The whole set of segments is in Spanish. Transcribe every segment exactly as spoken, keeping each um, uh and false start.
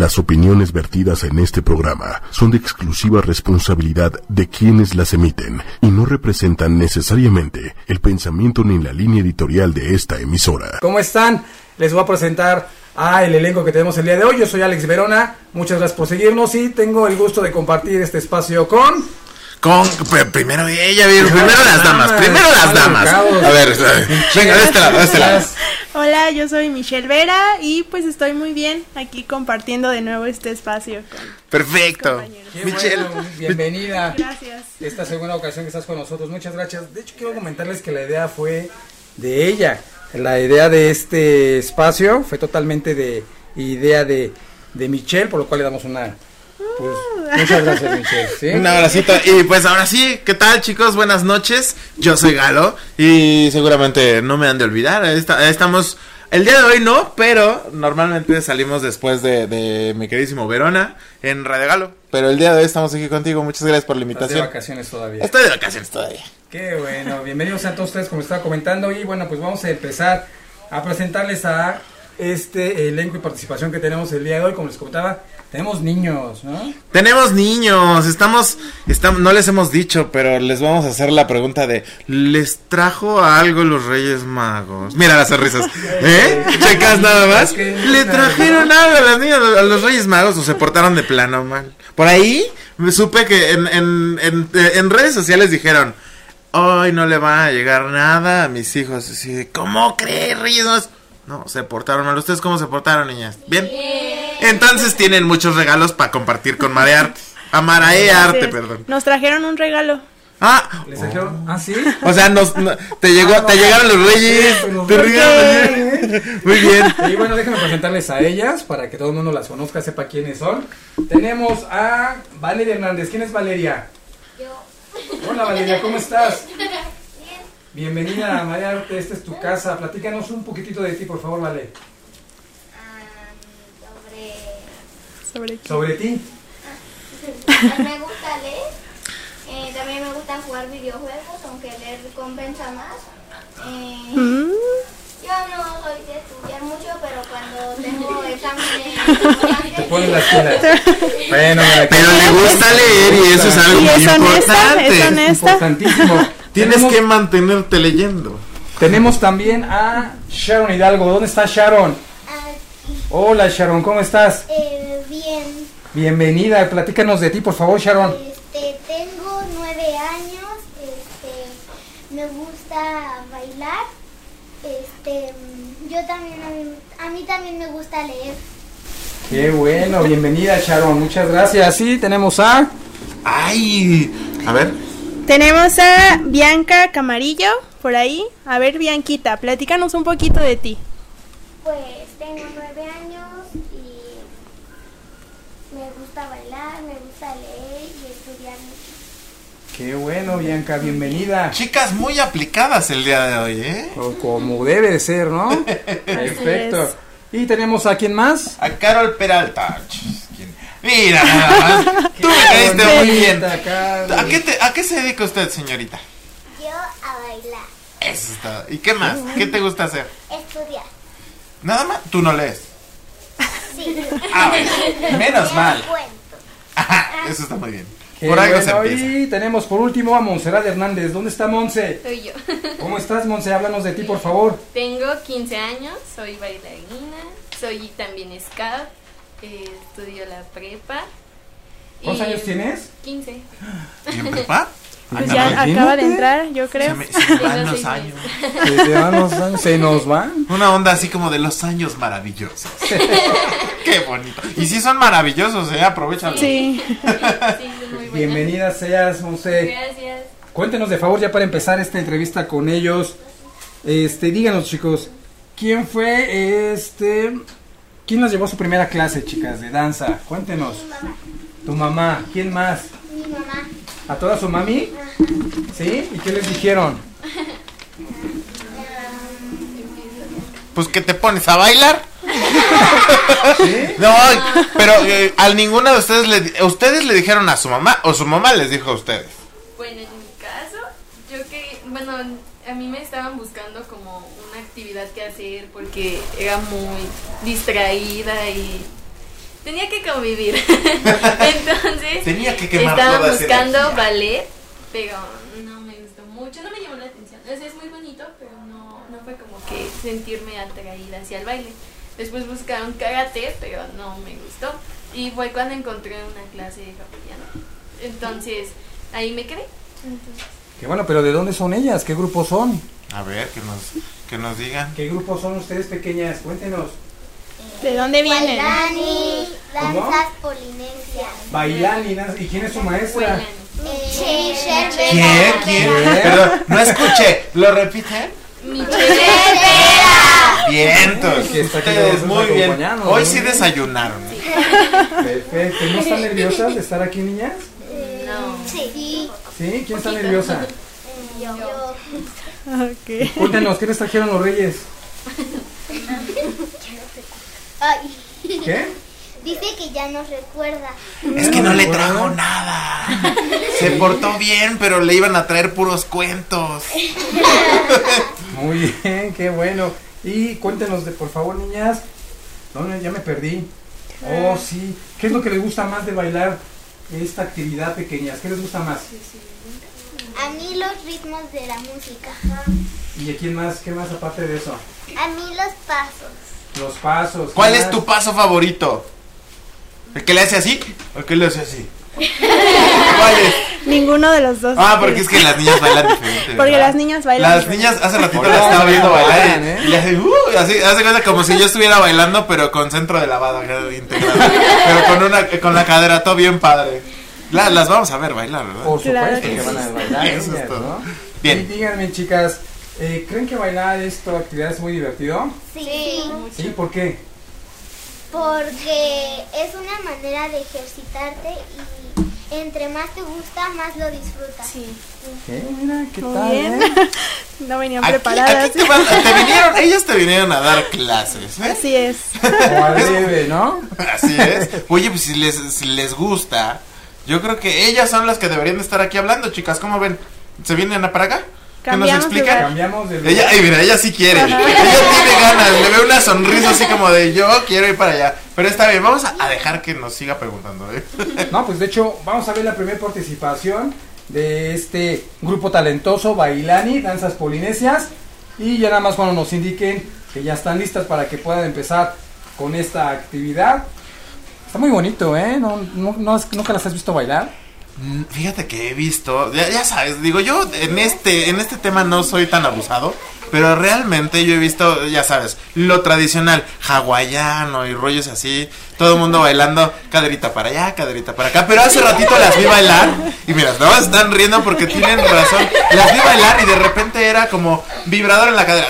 Las opiniones vertidas en este programa son de exclusiva responsabilidad de quienes las emiten y no representan necesariamente el pensamiento ni la línea editorial de esta emisora. ¿Cómo están? Les voy a presentar a el elenco que tenemos el día de hoy. Yo soy Alex Verona, muchas gracias por seguirnos y tengo el gusto de compartir este espacio con... Con, primero ella, primero las damas, primero las damas. A ver, venga, de este lado, de este lado. Hola, yo soy Michelle Vera y pues estoy muy bien aquí compartiendo de nuevo este espacio con Perfecto. Michelle, bueno, bienvenida. Gracias. Esta segunda ocasión que estás con nosotros, muchas gracias. De hecho, quiero comentarles que la idea fue de ella. La idea de este espacio fue totalmente de idea de, de Michelle, por lo cual le damos una... Pues, muchas gracias, Michelle, ¿sí? Un abracito. Y pues ahora sí, ¿qué tal, chicos? Buenas noches. Yo soy Galo y seguramente no me han de olvidar. Esta, estamos el día de hoy no, pero normalmente salimos después de, de mi queridísimo Verona en Radio Galo. Pero el día de hoy estamos aquí contigo. Muchas gracias por la invitación. Estás de vacaciones todavía. Estoy de vacaciones todavía. Qué bueno. Bienvenidos a todos ustedes, como estaba comentando. Y bueno, pues vamos a empezar a presentarles a este elenco y participación que tenemos el día de hoy. Como les comentaba, tenemos niños, ¿no? Tenemos niños, estamos, estamos, no les hemos dicho, pero les vamos a hacer la pregunta de, ¿les trajo algo los Reyes Magos? Mira las sonrisas, ¿eh? ¿Checas nada más? ¿Le trajeron algo a las niñas, a los Reyes Magos o se portaron de plano mal? Por ahí me supe que en, en, en, en redes sociales dijeron, hoy no le va a llegar nada a mis hijos, así de, ¿cómo crees, Reyes Magos? No, se portaron mal. ¿Ustedes cómo se portaron, niñas? ¿Bien? Entonces tienen muchos regalos para compartir con Marearte. A Maraearte, perdón. Nos trajeron un regalo. Ah, ¿les trajeron? oh. ¿Ah, sí? O sea, nos, no, te llegó, ah, no, te llegaron los Reyes. Te regaron. Muy bien. Y bueno, déjenme presentarles a ellas para que todo el mundo las conozca, sepa quiénes son. Tenemos a Valeria Hernández. ¿Quién es Valeria? Yo. Hola, Valeria, ¿cómo estás? Bienvenida a Marearte, esta es tu casa. Platícanos un poquitito de ti, por favor, Vale. Um, ¿Sobre qué? ¿Sobre ti? Ah, me gusta leer. Eh, también me gusta jugar videojuegos, aunque leer compensa más. Eh, mm. Yo no soy de estudiar mucho, pero cuando tengo exámenes... Te ponen las pilas. Bueno, pero le gusta leer y eso es algo muy importante. ¿Es honesta? Es importantísimo. Tienes tenemos, que mantenerte leyendo. Tenemos también a Sharon Hidalgo. ¿Dónde está Sharon? Aquí. Hola, Sharon, ¿cómo estás? Eh, bien. Bienvenida, platícanos de ti, por favor, Sharon. Este, tengo nueve años, este, me gusta bailar, este, yo también, a mí, a mí también me gusta leer. Qué bueno, bienvenida, Sharon, muchas gracias. Sí, tenemos a... Ay, a ver... Tenemos a Bianca Camarillo, por ahí. A ver, Bianquita, platícanos un poquito de ti. Pues tengo nueve años y me gusta bailar, me gusta leer y estudiar mucho. Qué bueno, Bianca, bienvenida. Chicas muy aplicadas el día de hoy, ¿eh? Como debe de ser, ¿no? Perfecto. ¿Y tenemos a quién más? A Carol Peralta. Mira, nada más. Tú me caíste muy bien. ¿A qué, te, ¿A qué se dedica usted, señorita? Yo a bailar. Eso está. ¿Y qué más? ¿Qué te gusta hacer? Estudiar. ¿Nada más? ¿Tú no lees? Sí. Ah, bueno. Menos mal. Ajá, eso está muy bien. Qué por algo bueno, se empieza. Y tenemos por último a Montserrat Hernández. ¿Dónde está Monse? Soy yo. ¿Cómo estás, Monse? Háblanos de ti, por favor. Tengo quince años, soy bailarina, soy también scout. Eh, estudio la prepa. ¿Cuántos y... años tienes? quince. ¿Y en prepa? Pues ya imagínate. Acaba de entrar, yo creo. Se, me, se me van los años. Se, van los años. Se nos van. Una onda así como de los años maravillosos. Qué bonito. Y sí son maravillosos, ¿eh? Aprovechan. Sí. sí, son muy Bienvenida seas, Monse. Gracias. Cuéntenos de favor ya para empezar esta entrevista con ellos. Este, díganos, chicos, ¿quién fue este... ¿Quién nos llevó a su primera clase, chicas, de danza? Cuéntenos. Mi mamá. ¿Tu mamá? ¿Quién más? Mi mamá. ¿A toda su mami? Ajá. ¿Sí? ¿Y qué les dijeron? Pues que te pones a bailar. ¿Sí? No, pero eh, a ninguna de ustedes le, ustedes le dijeron a su mamá o su mamá les dijo a ustedes. Bueno, en mi caso, yo que, bueno, a mí me estaban buscando como una actividad que hacer porque era muy distraída y tenía que convivir. Entonces, tenía que quemar estaban toda esa buscando energía. ballet, pero no me gustó mucho, no me llamó la atención. O sea, es muy bonito, pero no, no fue como que sentirme atraída hacia el baile. Después buscaron karate, pero no me gustó. Y fue cuando encontré una clase de hawaiano. Entonces, ahí me quedé. Entonces, Qué bueno, pero ¿de dónde son ellas? ¿Qué grupos son? A ver, que nos, que nos digan. ¿Qué grupos son ustedes pequeñas? Cuéntenos. ¿De dónde vienen? Bailani, ¿Cómo? danzas polinesias. Bailan y danza. ¿Y quién es su maestra? Eh, ¿Quién? ¿Quién? ¿Quién? Perdón, no escuché. ¿Lo repiten? Michelle. Vientos. Que está aquí Ustedes nos muy bien. acompañando, Hoy muy sí bien. desayunaron. Perfecto. ¿No están nerviosas de estar aquí, niñas? No. Sí. ¿Sí? ¿Quién está nerviosa? Yo. Ok. Cuéntenos, ¿qué les trajeron los reyes? Ay, ¿Qué? dice que ya nos recuerda. Es que no le trajo nada. Se portó bien, pero le iban a traer puros cuentos. Muy bien, qué bueno. Y cuéntenos, de, por favor, niñas. No, ya me perdí. Oh, sí. ¿Qué es lo que les gusta más de bailar esta actividad, pequeñas? ¿Qué les gusta más? A mí los ritmos de la música. ¿Y a quién más? ¿Qué más aparte de eso? A mí los pasos. Los pasos. ¿Cuál ¿qué es más? tu paso favorito? ¿El que le hace así? ¿O el que le hace así? ¿Cuál es? Ninguno de los dos. Ah, porque es que las niñas bailan diferente. Porque ¿verdad? las niñas bailan Las diferente. niñas hace ratito Hola, las estaba viendo bailar bailan, y, ¿eh? y le hace, uh, así, hace cuenta como si yo estuviera bailando, pero con centro de lavado acá integrado. Pero con una, con la cadera, todo bien padre. La- las vamos a ver bailar, ¿verdad? Por supuesto Claro que, que van a sí. bailar Eso es ellas, todo. ¿no? Bien. Y díganme, chicas, eh, ¿creen que bailar esta actividad es muy divertido? Sí. Sí, ¿por qué? Porque es una manera de ejercitarte y entre más te gusta, más lo disfrutas. Sí. ¿Qué? Mira, ¿qué Muy tal? bien. eh? No venían Aquí, preparadas. aquí te, van- te vinieron, ellas te vinieron a dar clases, ¿eh? Así es. O al debe, ¿no? Así es. Oye, pues si les, si les gusta, yo creo que ellas son las que deberían de estar aquí hablando, chicas. ¿Cómo ven? ¿Se vienen a para acá? ¿Que nos Cambiamos expliquen? lugar. Cambiamos de lugar. Ella, ay, mira, ella sí quiere. Ella tiene ganas. Le veo una sonrisa así como de yo quiero ir para allá. Pero está bien, vamos a, a dejar que nos siga preguntando, ¿eh? No, pues de hecho, vamos a ver la primera participación de este grupo talentoso, Bailani, Danzas Polinesias. Y ya nada más cuando nos indiquen que ya están listas para que puedan empezar con esta actividad. Está muy bonito, ¿eh? ¿No, no, no has- ¿Nunca las has visto bailar? Mm, Fíjate que he visto, ya, ya sabes, digo yo en este en este tema no soy tan abusado, pero realmente yo he visto, ya sabes, lo tradicional, hawaiano y rollos así, todo el mundo bailando, caderita para allá, caderita para acá, pero hace ratito las vi bailar y mira, no están riendo porque tienen razón, las vi bailar y de repente era como vibrador en la cadera.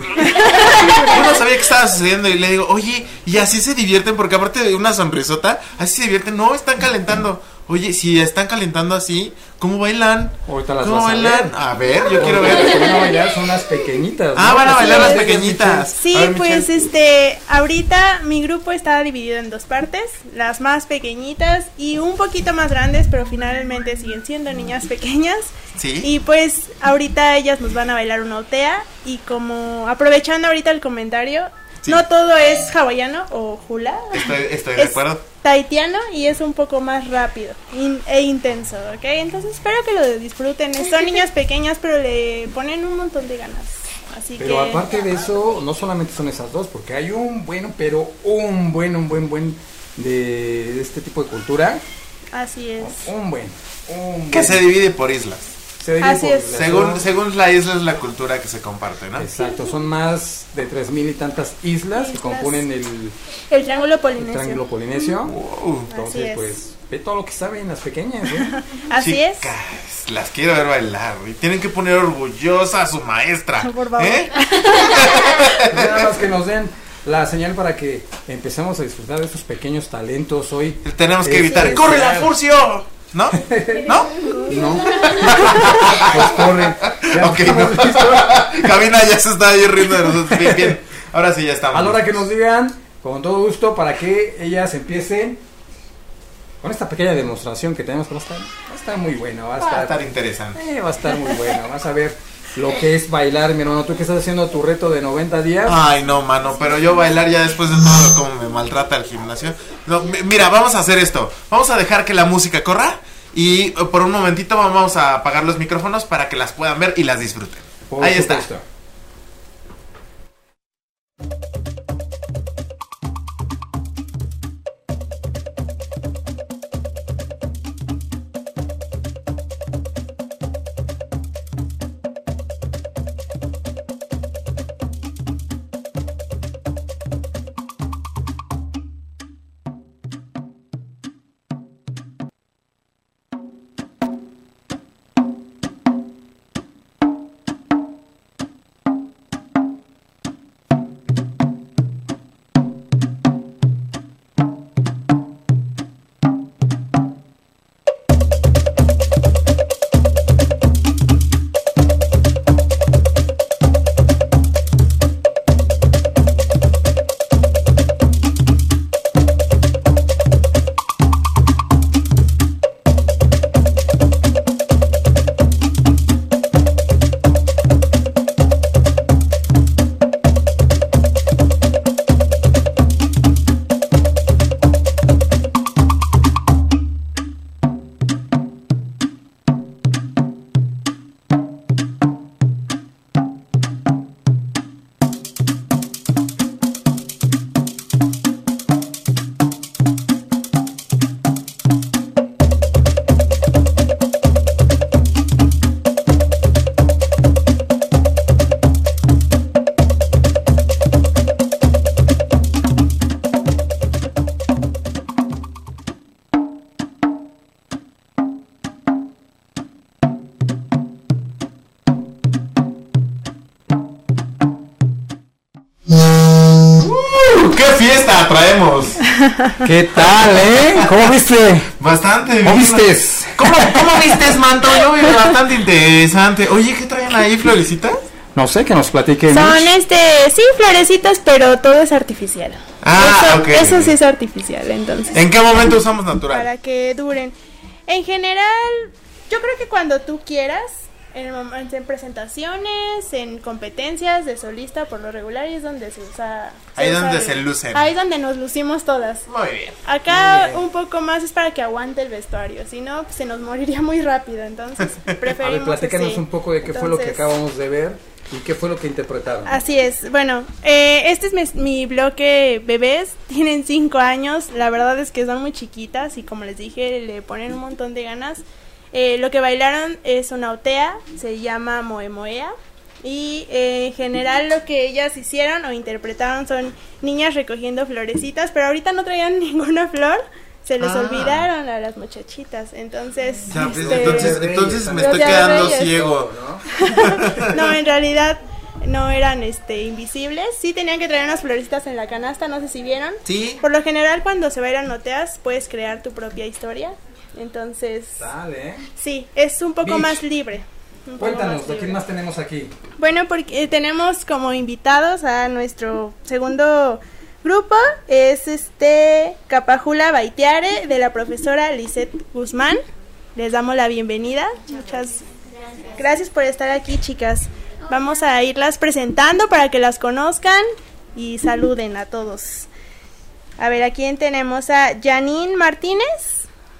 Yo no sabía qué estaba sucediendo y le digo, oye, y así se divierten porque aparte de una sonrisota, así se divierten, no, están calentando. Oye, si están calentando así, ¿cómo bailan? Ahorita las ¿Cómo vas a bailan? ver. A ver, yo quiero Las que van a ver. bailar son las pequeñitas. Ah, ¿no? van a Así bailar es, las ellas, pequeñitas. Sí, A ver, pues Michelle. este, ahorita mi grupo está dividido en dos partes, las más pequeñitas y un poquito más grandes, pero finalmente siguen siendo niñas pequeñas. Sí. Y pues ahorita ellas nos van a bailar una otea y como aprovechando ahorita el comentario, Sí. no todo es hawaiano o hula. Estoy, estoy de Es acuerdo. tahitiano y es un poco más rápido in- e intenso, ¿ok? Entonces espero que lo disfruten. Son niñas pequeñas, pero le ponen un montón de ganas. Así Pero que aparte de eso, no solamente son esas dos, porque hay un bueno, pero un buen, un buen, buen de, de este tipo de cultura. así es. Un buen, un Que buen. se divide por islas. Se divide Así por es. islas, Según, ¿no? según la isla es la cultura que se comparte, ¿no? Exacto, son más de tres mil y tantas islas que Islas. componen el, El triángulo el polinesio. triángulo polinesio. Wow. Entonces, es. pues, ve todo lo que saben las pequeñas, ¿eh? Así es. Chicas, las quiero ver bailar y tienen que poner orgullosa a su maestra. Por favor. ¿Eh? Pues nada más que nos den la señal para que empecemos a disfrutar de estos pequeños talentos hoy. Tenemos que Es evitar. especial. ¡Corre la Furcio! ¿No? ¿No? No. Pues corre. Ya Ok, estamos no. listos. Cabina ya se está ahí riendo de nosotros. Bien, bien. Ahora sí ya estamos. A la hora que nos digan, con todo gusto, para que ellas empiecen con esta pequeña demostración que tenemos, que va a estar, va a estar muy buena, va a Va a estar, estar interesante. eh, va a estar muy buena, vas a ver lo que es bailar, mi hermano. Tú que estás haciendo tu reto de noventa días. Ay, no, mano, pero yo bailar ya después de todo como me maltrata el gimnasio. No, m- mira, vamos a hacer esto. Vamos a dejar que la música corra y eh, por un momentito vamos a apagar los micrófonos para que las puedan ver y las disfruten. Por Ahí supuesto. está. fiesta traemos. ¿Qué tal, eh? ¿Cómo viste? Bastante ¿Cómo bien. vistes? ¿Cómo, cómo vistes, Manto? Yo vi bastante interesante. Oye, ¿qué traen ahí, florecitas? No sé, que nos platiquen. Son Mitch. este, sí, florecitas, pero todo es artificial. Ah, eso, ok. Eso sí es artificial, entonces. ¿En qué momento usamos natural? Para que duren. En general, yo creo que cuando tú quieras, en, mom- en presentaciones, en competencias de solista, por lo regular, es donde se usa. Ahí usa donde el- se lucen. Ahí donde nos lucimos todas. Muy bien. Acá un poco más es para que aguante el vestuario, si no, pues, se nos moriría muy rápido, entonces A ver, preferimos platícanos así. un poco de qué fue lo que Entonces, acabamos de ver y qué fue lo que interpretaron. Así es, bueno, eh, este es mi, mi bloque bebés, tienen cinco años, la verdad es que son muy chiquitas y como les dije, le ponen un montón de ganas. Eh, lo que bailaron es una otea, se llama Moe Moea, y eh, en general lo que ellas hicieron o interpretaron son niñas recogiendo florecitas, pero ahorita no traían ninguna flor, se les Ah. olvidaron a las muchachitas, entonces... Ya, pues, este, entonces, entonces me Los estoy de quedando Reyes. ciego. ¿No? No, en realidad no eran este invisibles. Sí tenían que traer unas florecitas en la canasta, no sé si vieron. Sí. Por lo general cuando se bailan noteas puedes crear tu propia historia. Entonces, Dale, ¿eh? sí, es un poco Mitch, más libre. un poco Cuéntanos, más ¿de quién libre. más tenemos aquí? Bueno, porque eh, tenemos como invitados a nuestro segundo grupo, es este Capajula Baitiare de la profesora Lisette Guzmán. Les damos la bienvenida. Muchas gracias por estar aquí, chicas. Vamos a irlas presentando para que las conozcan y saluden a todos. A ver, ¿a quién tenemos? A Janine Martínez.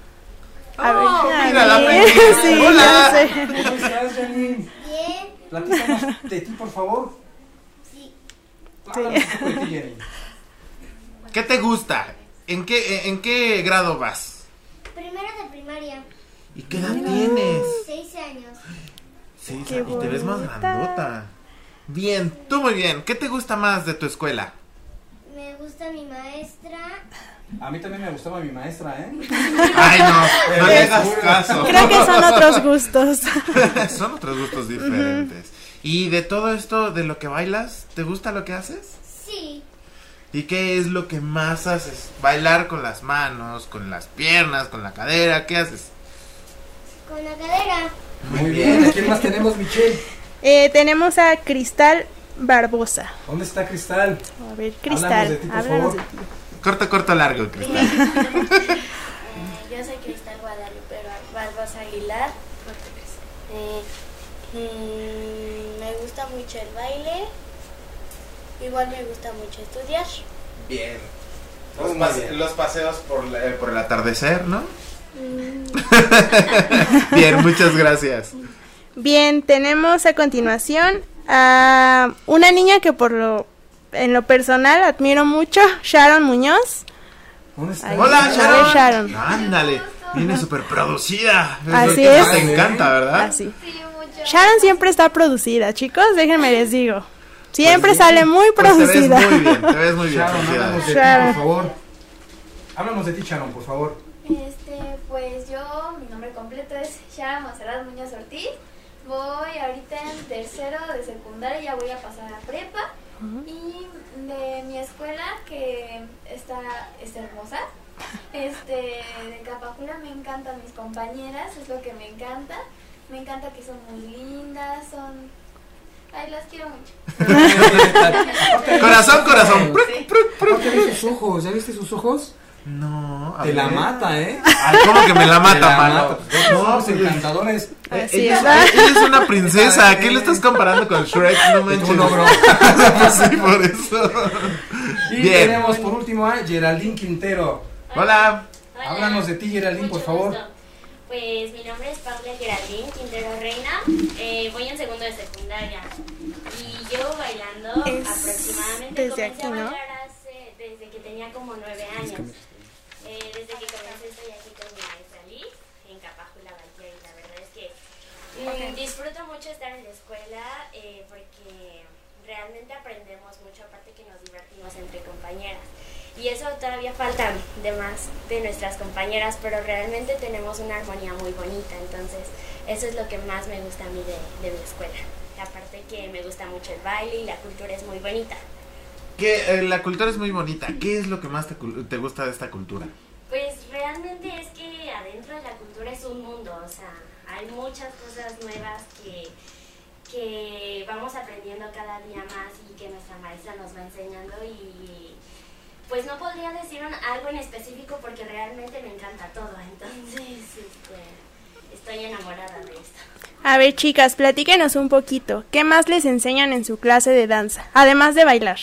A Oh, ver, mira, la Janine. primera. Sí, Hola. ya sé. ¿Cómo estás, Janine? Bien, Platícanos de ti, por favor. sí. Háblanos un poco de ti, Janine. ¿Qué te gusta? ¿En qué, en qué grado vas? Primero de primaria, ¿Y qué edad tienes? seis años. Sí, Qué y te ves más bonita. grandota. Bien, tú muy bien. ¿Qué te gusta más de tu escuela? Me gusta mi maestra. A mí también me gustaba mi maestra, ¿eh? Ay, no, no le hagas caso. Creo que son otros gustos. Son otros gustos diferentes. Y de todo esto, de lo que bailas, ¿te gusta lo que haces? Sí, ¿Y qué es lo que más haces? ¿Bailar con las manos, con las piernas, con la cadera? ¿Qué haces? con la cadera. Muy bien. ¿A quién más tenemos, Michelle? Eh, tenemos a Cristal Barbosa. ¿Dónde está Cristal? A ver, Háblanos Cristal, de ti, por háblanos favor. de ti. Corto, corto, largo, Cristal. Eh, yo soy Cristal Guadalupe Barbosa Aguilar. Eh, Mm, me gusta mucho el baile. Igual me gusta mucho estudiar. Bien. Los, pase- los paseos por, la, eh, por el atardecer, ¿no? Mm. Bien, muchas gracias. Bien, tenemos a continuación a una niña que por lo en lo personal admiro mucho, Sharon Muñoz. Ahí, Hola, a Sharon. ver, Sharon. Ándale, viene súper producida. Así lo que es. más te encanta, ¿verdad? Así. Sharon siempre está producida, chicos, déjenme les digo. Siempre pues sale muy pues producida. Te ves muy bien, te ves muy bien. Sharon, háblanos de Sharon. ti, por favor. Háblanos de ti, Sharon, por favor. Este, pues yo, mi nombre completo es Sharon Monserrat Muñoz Ortiz. Voy ahorita en tercero de secundaria, ya voy a pasar a prepa. Y de mi escuela, que está, es hermosa, este, de Capacula, me encantan mis compañeras, es lo que me encanta. Me encanta que son muy lindas, son... Ay, las quiero mucho. Corazón, corazón. Aparte de sus ojos, ¿ya viste sus ojos? No, a Te la ver. mata, ¿eh? Ay, ¿cómo que me la Te mata, la mano? mata. No, Somos pues, encantadores. Así ella, es. es, ella es una princesa. ¿Qué le estás comparando con Shrek? No manches. No, bro. Pues sí, por eso. Y Bien. tenemos por último a Geraldine Quintero. Hola. Hola. Háblanos de ti, Geraldine, por Mucho favor. gusto. Pues mi nombre es Paula Geraldine Quintero Reina, eh, voy en segundo de secundaria y llevo bailando Es aproximadamente, desde comencé aquí, a ¿no? bailar hace, desde que tenía como nueve años, eh, desde que comencé estoy aquí con mi maestra Liz en Capacula Valtier y la verdad es que mm, disfruto mucho estar en la escuela eh, porque realmente aprendemos mucho, aparte que nos divertimos entre compañeras. Y eso todavía falta de más de nuestras compañeras, pero realmente tenemos una armonía muy bonita, entonces eso es lo que más me gusta a mí de, de mi escuela. Aparte que me gusta mucho el baile y la cultura es muy bonita. Que eh, la cultura es muy bonita. ¿Qué es lo que más te, cul- te gusta de esta cultura? Pues realmente es que adentro de la cultura es un mundo, o sea, hay muchas cosas nuevas que, que vamos aprendiendo cada día más y que nuestra maestra nos va enseñando y... Pues no podría decir un, algo en específico porque realmente me encanta todo, entonces este, estoy enamorada de esto. A ver, chicas, platíquenos un poquito. ¿Qué más les enseñan en su clase de danza, además de bailar?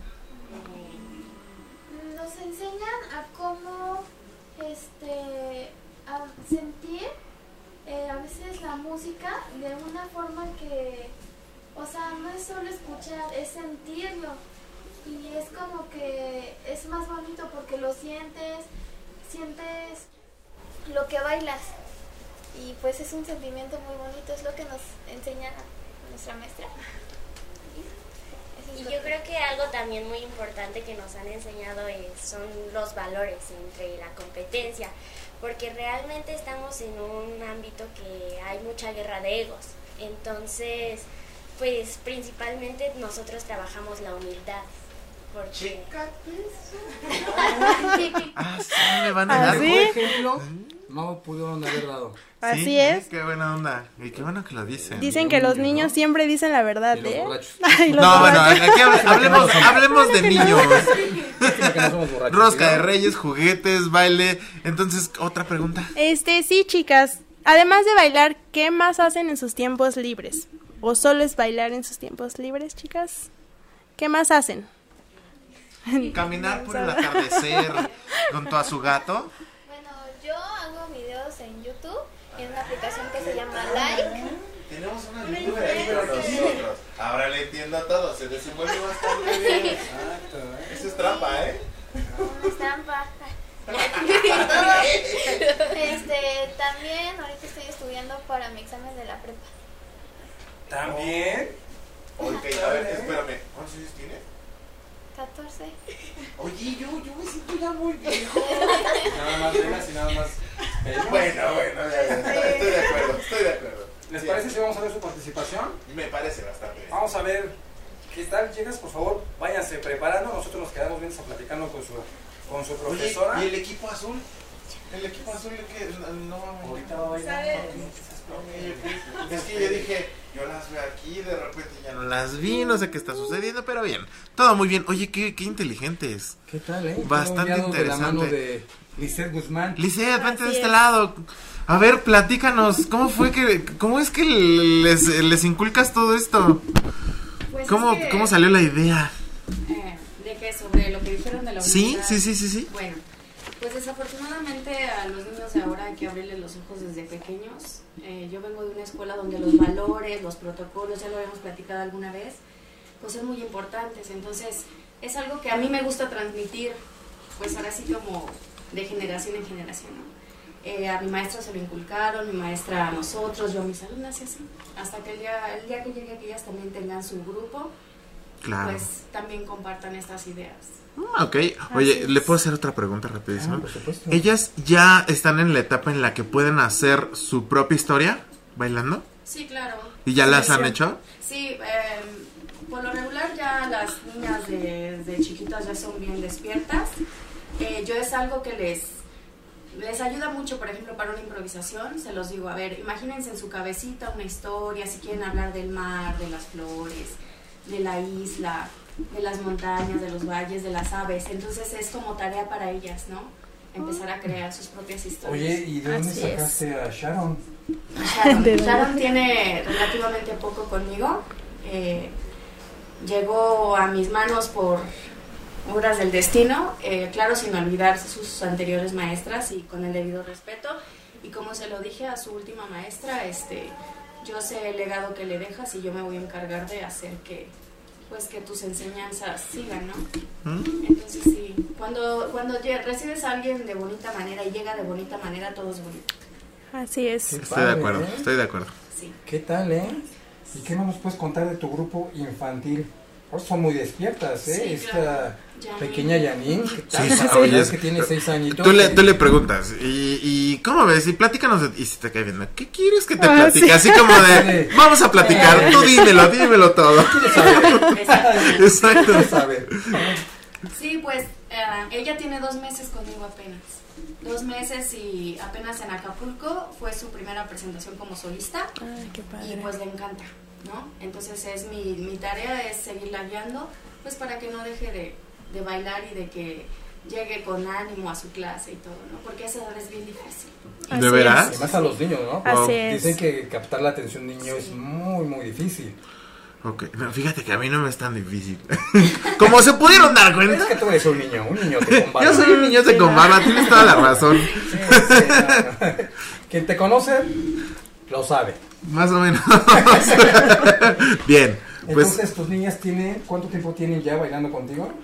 Nos enseñan a cómo este, a sentir eh, a veces la música de una forma que, o sea, no es solo escuchar, es sentirlo. Y es como que es más bonito porque lo sientes, sientes lo que bailas. Y pues es un sentimiento muy bonito, es lo que nos enseña nuestra maestra. Y yo creo que algo también muy importante que nos han enseñado es, son los valores entre la competencia, porque realmente estamos en un ámbito que hay mucha guerra de egos. Entonces, pues principalmente nosotros trabajamos la humildad. Porque... Ah, sí, me van a dar. ¿Ah, sí? Por ejemplo, no pudieron haber dado. Así Sí, es. Qué buena onda. Y qué bueno que lo dicen. Dicen que los niños siempre dicen la verdad, Y los ¿eh? borrachos. Ay, los No, bueno, borrachos. aquí hable- hablemos, hablemos de niños. Lástima que no somos borrachos, Rosca ¿sí, de no? Reyes, juguetes, baile. Entonces, otra pregunta. Este, sí, chicas. Además de bailar, ¿qué más hacen en sus tiempos libres? ¿O solo es bailar en sus tiempos libres, chicas? ¿Qué más hacen? Caminar por el atardecer junto a su gato. Bueno, yo hago videos en YouTube, en una aplicación que se llama Like. Tenemos una youtuber ahí con nosotros. Ahora le entiendo a todo, se desenvuelve bastante bien. Eso es trampa, ¿eh? No es trampa. Todo. Este, también ahorita estoy estudiando para mi examen de la prepa. ¿También? Ok, a ver, espérame. ¿Cuántos años tienes? catorce. Oye, yo, yo me siento ya muy viejo. Nada más velas y nada más. pelos. Bueno, bueno, ya, ya, estoy de acuerdo, estoy de acuerdo. ¿Les Sí. parece si vamos a ver su participación? Me parece bastante bien. Vamos a ver qué tal, chicas, por favor, váyanse preparando. Nosotros nos quedamos bien platicando con su, con su profesora. Oye, ¿y el equipo azul? ¿El equipo azul que no, no va a venir? Ahorita va a bailar. Ok, ok. Es que yo dije, Yo las veo aquí, de repente ya no las vi, no sé qué está sucediendo, pero bien, todo muy bien. Oye, qué, qué inteligentes. ¿Qué tal, eh? Bastante Todo interesante. de la mano de Lisette Guzmán. Lisette, vente de Así este es. lado. A ver, platícanos, ¿cómo fue que, cómo es que les, les inculcas todo esto? Pues ¿Cómo, es que, ¿Cómo salió la idea? eh, ¿De qué? ¿Sobre lo que dijeron de la Sí, unidad? sí, sí, sí, sí. Bueno, pues desafortunadamente a los niños de ahora hay que abrirles los ojos desde pequeños. Eh, yo vengo de una escuela donde los valores, los protocolos, ya lo habíamos platicado alguna vez, pues son muy importantes. Entonces, es algo que a mí me gusta transmitir, pues ahora sí como de generación en generación, ¿no? Eh, a mi maestra se lo inculcaron, mi maestra a nosotros, yo a mis alumnas y así. Hasta que el día, el día que llegue que ellas también tengan su grupo, Claro. pues también compartan estas ideas. Ah, ok, oye, Así ¿le es. puedo hacer otra pregunta rapidísima? Ah, por supuesto. ¿Ellas ya están en la etapa en la que pueden hacer su propia historia bailando? Sí, claro. ¿Y ya Sí, las han sí. hecho? Sí, eh, por lo regular ya las niñas de, de chiquitas ya son bien despiertas. Eh, yo es algo que les, les ayuda mucho, por ejemplo, para una improvisación. Se los digo, a ver, imagínense en su cabecita una historia, si quieren hablar del mar, de las flores, de la isla, de las montañas, de los valles, de las aves. Entonces es como tarea para ellas, ¿no? Empezar a crear sus propias historias. Oye, ¿y de dónde Así sacaste a Sharon? Sharon, ¿De dónde? Sharon tiene relativamente poco conmigo. Eh, llegó a mis manos por obras del destino, eh, claro, sin olvidar sus anteriores maestras y con el debido respeto. Y como se lo dije a su última maestra, este, yo sé el legado que le dejas y yo me voy a encargar de hacer que, pues, que tus enseñanzas sigan, ¿no? ¿Mm? Entonces sí, cuando, cuando lle- recibes a alguien de bonita manera y llega de bonita manera, todo es bonito. Así es. Qué Estoy de padre, acuerdo, ¿eh? estoy de acuerdo. Sí. ¿Qué tal, eh? ¿Y qué no nos puedes contar de tu grupo infantil? Pues son muy despiertas, ¿eh? Sí, Esta claro. Janine. pequeña Janine, ¿qué tal? Sí, sí, Ah, oye, es que tiene seis añitos. Tú le, tú le preguntas, ¿y, y cómo ves? Y platícanos, de- y si te cae bien, ¿qué quieres que te Ah, platique? sí. Así como de, Sí. vamos a platicar, tú dímelo, dímelo todo. ¿Quieres saber? Exactamente. Exacto. ¿Quieres saber? Sí, pues eh, ella tiene dos meses conmigo apenas. Dos meses y apenas en Acapulco fue su primera presentación como solista Ay, qué padre. y pues le encanta, ¿no? Entonces es mi, mi tarea es seguirla guiando, pues para que no deje de, de bailar y de que llegue con ánimo a su clase y todo, ¿no? Porque esa edad es bien difícil. ¿De Así veras? Y más a los niños, ¿no? Así es. Dicen que captar la atención de un niño es muy, muy difícil. Ok, no, fíjate que a mí no me es tan difícil. Como se pudieron dar Es cuenta. que tú eres un niño, un niño te con barba. Yo soy un niño de con barba, tienes toda la razón. Sí, sí, no, no. Quien te conoce, lo sabe. Más o menos. Bien, pues Entonces, ¿tus niñas tienen, cuánto tiempo tienen ya bailando contigo?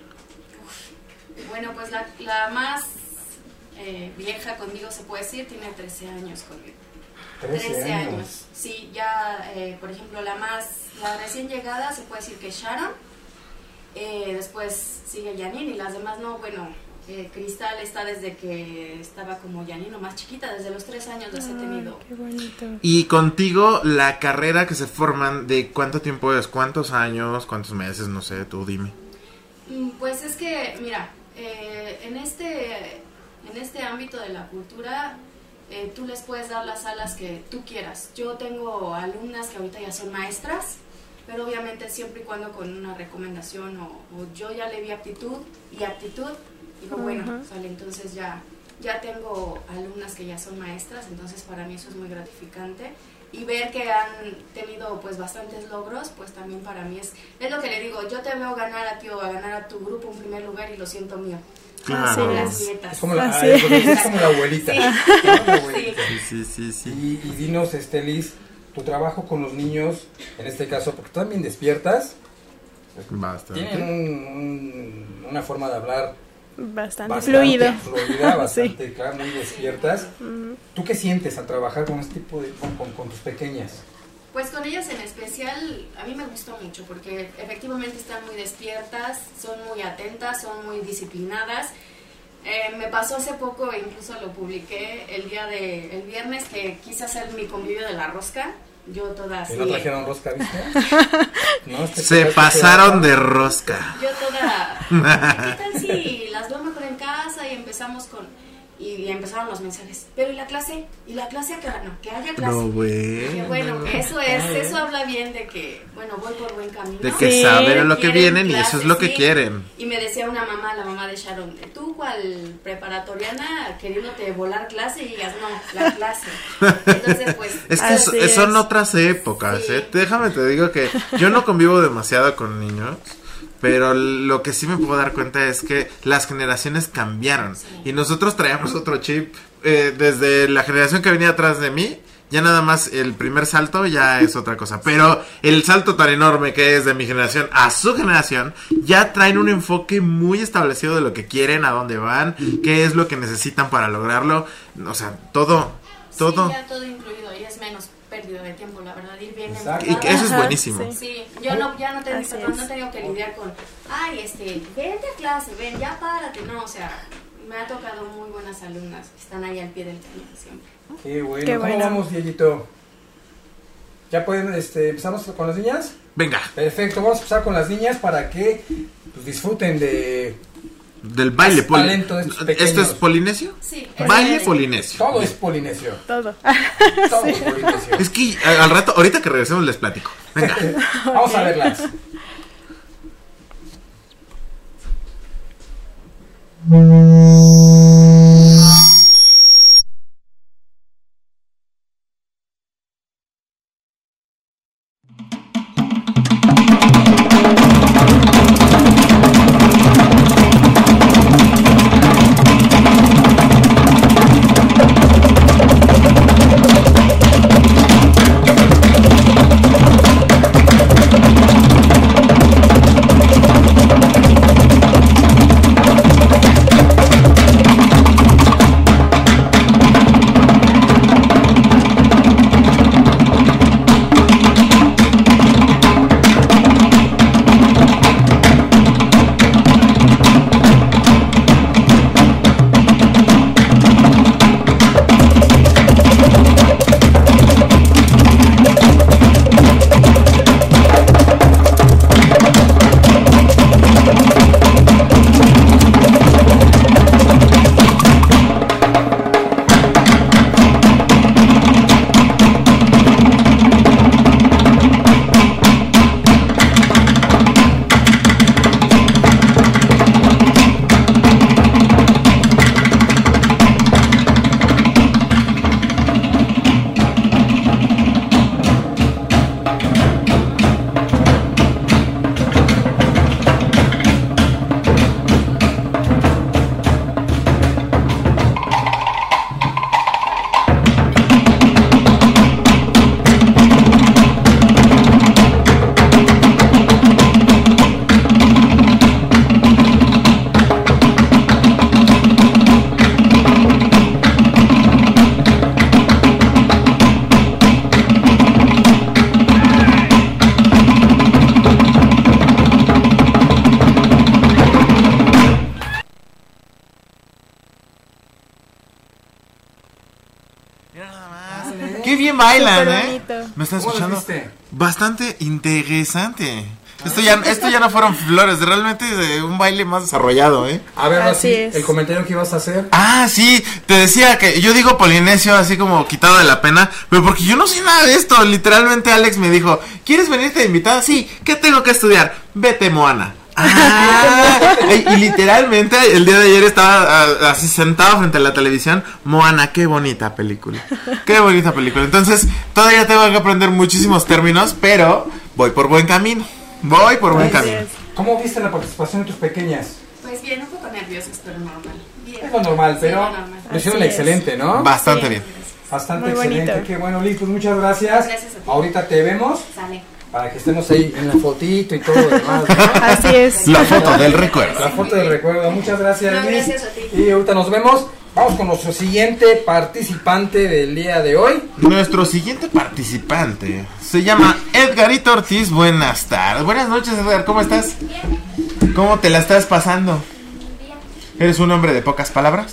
Bueno, pues la, la más eh, vieja conmigo, se puede decir, tiene trece años conmigo. trece años. Sí, ya, eh, por ejemplo, la más, la recién llegada se puede decir que es Sharon. Eh, después sigue Janine y las demás no, bueno, eh, Cristal está desde que estaba como Janine o más chiquita, desde los tres años las he tenido. Ay, qué bonito. y contigo la carrera que se forman, ¿de cuánto tiempo es? ¿Cuántos años? ¿Cuántos meses? No sé, tú dime. Mm, Pues es que, mira, eh, en este en este ámbito de la cultura, eh, tú les puedes dar las alas que tú quieras. Yo tengo alumnas que ahorita ya son maestras, pero obviamente siempre y cuando con una recomendación o, o yo ya le vi aptitud y aptitud, digo, bueno, Ajá. sale, entonces ya, ya tengo alumnas que ya son maestras, entonces para mí eso es muy gratificante. Y ver que han tenido pues bastantes logros, pues también para mí es, es lo que le digo, yo te veo ganar a ti o a ganar a tu grupo un primer lugar y lo siento mío. Claro. Son las nietas. Es como la, Así ay, pues, es. es como la abuelita. Sí. ¿no? La abuelita. Sí, sí, sí, sí. Y, y dinos, este, Liz, tu trabajo con los niños, en este caso, porque están bien despiertas, tienen Bastante. un- un- una forma de hablar Bastante, bastante fluido. fluida, bastante Sí. clara, muy despiertas. Ujú. ¿Tú qué sientes al trabajar con este tipo de, con, con- con tus pequeñas? Pues con ellas en especial, a mí me gustó mucho porque efectivamente están muy despiertas, son muy atentas, son muy disciplinadas. Eh, me pasó hace poco, incluso lo publiqué el día de, el viernes, que quise hacer mi convivio de la rosca. Yo toda así. ¿Que no trajeron rosca, viste? No, este Se pedazo pasaron que- de rosca. Yo toda. ¿Qué tal si las veo mejor en casa? Y empezamos con. Y empezaron los mensajes, pero ¿y la clase? ¿Y la clase a qué hora? No, que haya clase. No, bueno. Que bueno, eso es, eso habla bien de que, bueno, voy por buen camino. De que Sí. saben a lo que Quieren vienen y clase, eso es lo que sí. quieren. Y me decía una mamá, la mamá de Sharon, tú cual preparatoriana queriéndote volar clase y digas, no, la clase. Entonces, pues... Es que Así es- son es. otras épocas, Sí. ¿eh? Déjame te digo que yo no convivo demasiado con niños, pero lo que sí me puedo dar cuenta es que las generaciones cambiaron y nosotros traíamos otro chip eh, desde la generación que venía atrás de mí. Ya nada más el primer salto ya es otra cosa, pero el salto tan enorme que es de mi generación a su generación, ya traen un enfoque muy establecido de lo que quieren, a dónde van, qué es lo que necesitan para lograrlo, o sea, todo, todo. Sí, ya todo incluido y es menos pérdida de tiempo, la verdad, ir bien Exacto. Y que eso es Ajá, buenísimo. sí. Sí, yo no, ya no tengo, Así perdón, es. no tengo que lidiar con, ay, este, vente a clase, ven, ya párate, no, o sea, me ha tocado muy buenas alumnas que están ahí al pie del cañón siempre. Qué bueno. Qué ¿Cómo bueno. vamos, Dieguito? ¿Ya pueden, este, empezamos con las niñas? Venga, Perfecto, vamos a empezar con las niñas para que pues, disfruten de... del baile Es poli- talento de estos pequeños. ¿Esto es polinesio? Sí, Baile es- polinesio. Todo es polinesio. Todo. Todo es polinesio. Es que a- al rato, ahorita que regresemos les platico. Venga. Vamos a verlas. Qué bien bailan, Súper ¿eh? bonito. ¿Me están ¿Cómo las escuchando? viste? Bastante interesante. Esto ya, esto ya no fueron flores, realmente de un baile más desarrollado, ¿eh? A ver, Así Rosy, es. el comentario que ibas a hacer. Ah, sí, te decía que yo digo polinesio así como quitado de la pena, pero porque yo no sé nada de esto. Literalmente Alex me dijo, ¿quieres venirte de invitada? Sí, ¿qué tengo que estudiar? Vete, Moana. Ah, y, y literalmente el día de ayer estaba ah, así sentado frente a la televisión. Moana, qué bonita película. Qué bonita película. Entonces, todavía tengo que aprender muchísimos términos, pero voy por buen camino. Voy por buen Así camino. es. ¿Cómo viste la participación de tus pequeñas? Pues bien, un poco nerviosas, pero normal. Bien. Es lo normal, Sí, pero lo normal. lo hicieron Así es. excelente, ¿no? Bastante Sí, bien. Bastante Muy excelente. bonito. Qué bueno, Liz, pues muchas gracias. Gracias a ti. Ahorita te vemos Sale. para que estemos ahí en la fotito y todo lo demás, ¿no? Así es. La foto del recuerdo. La foto del recuerdo. Muchas gracias, No, Liz. gracias a ti. Y ahorita nos vemos. Vamos con nuestro siguiente participante del día de hoy. Nuestro siguiente participante se llama Edgarito Ortiz. Buenas tardes. Buenas noches, Edgar. ¿Cómo estás? ¿Cómo te la estás pasando? ¿Eres un hombre de pocas palabras?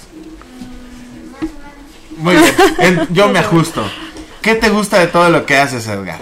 Muy bien. En- yo me ajusto. ¿Qué te gusta de todo lo que haces, Edgar?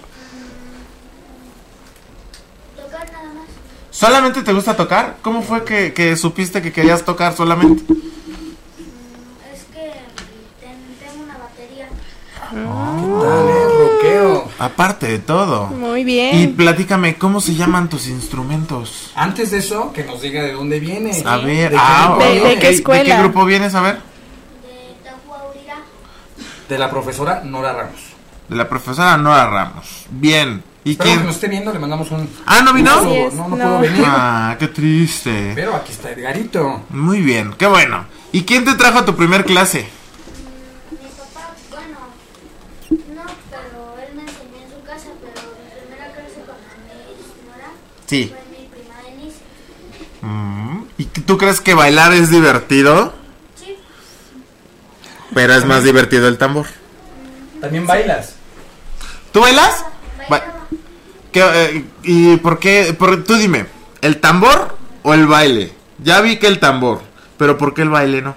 Tocar nada más. ¿Solamente te gusta tocar? ¿Cómo fue que, que supiste que querías tocar solamente? que ten- tengo una batería. ¿Qué tal, eh? Rockero. Aparte de todo. Muy bien. Y platícame, ¿cómo se llaman tus instrumentos? Antes de eso, que nos diga de dónde viene. A ver, ¿De qué ah, grupo ¿De- viene? de qué escuela? ¿De qué grupo vienes? A ver. De Tahuaurira. De la profesora Nora Ramos. De la profesora Nora Ramos. Bien. ¿Y Espero que quién? nos esté viendo, le mandamos un... Ah, ¿no vino? un saludo. Así es, no, no, no. pudo venir. Ah, qué triste. Pero aquí está Edgarito. Muy bien, qué bueno. ¿Y quién te trajo a tu primer clase? Mi papá, bueno, no, pero él me enseñó en su casa, pero mi primera clase con mi Nora Sí. fue mi prima Denise. Mm, ¿Y tú crees que bailar es divertido? Sí, Pero es más divertido el tambor. También bailas. ¿Tú bailas? Ba- bailaba. ¿Qué, eh, ¿Y por qué? Por, tú dime, ¿el tambor o el baile? Ya vi que el tambor, pero ¿por qué el baile no?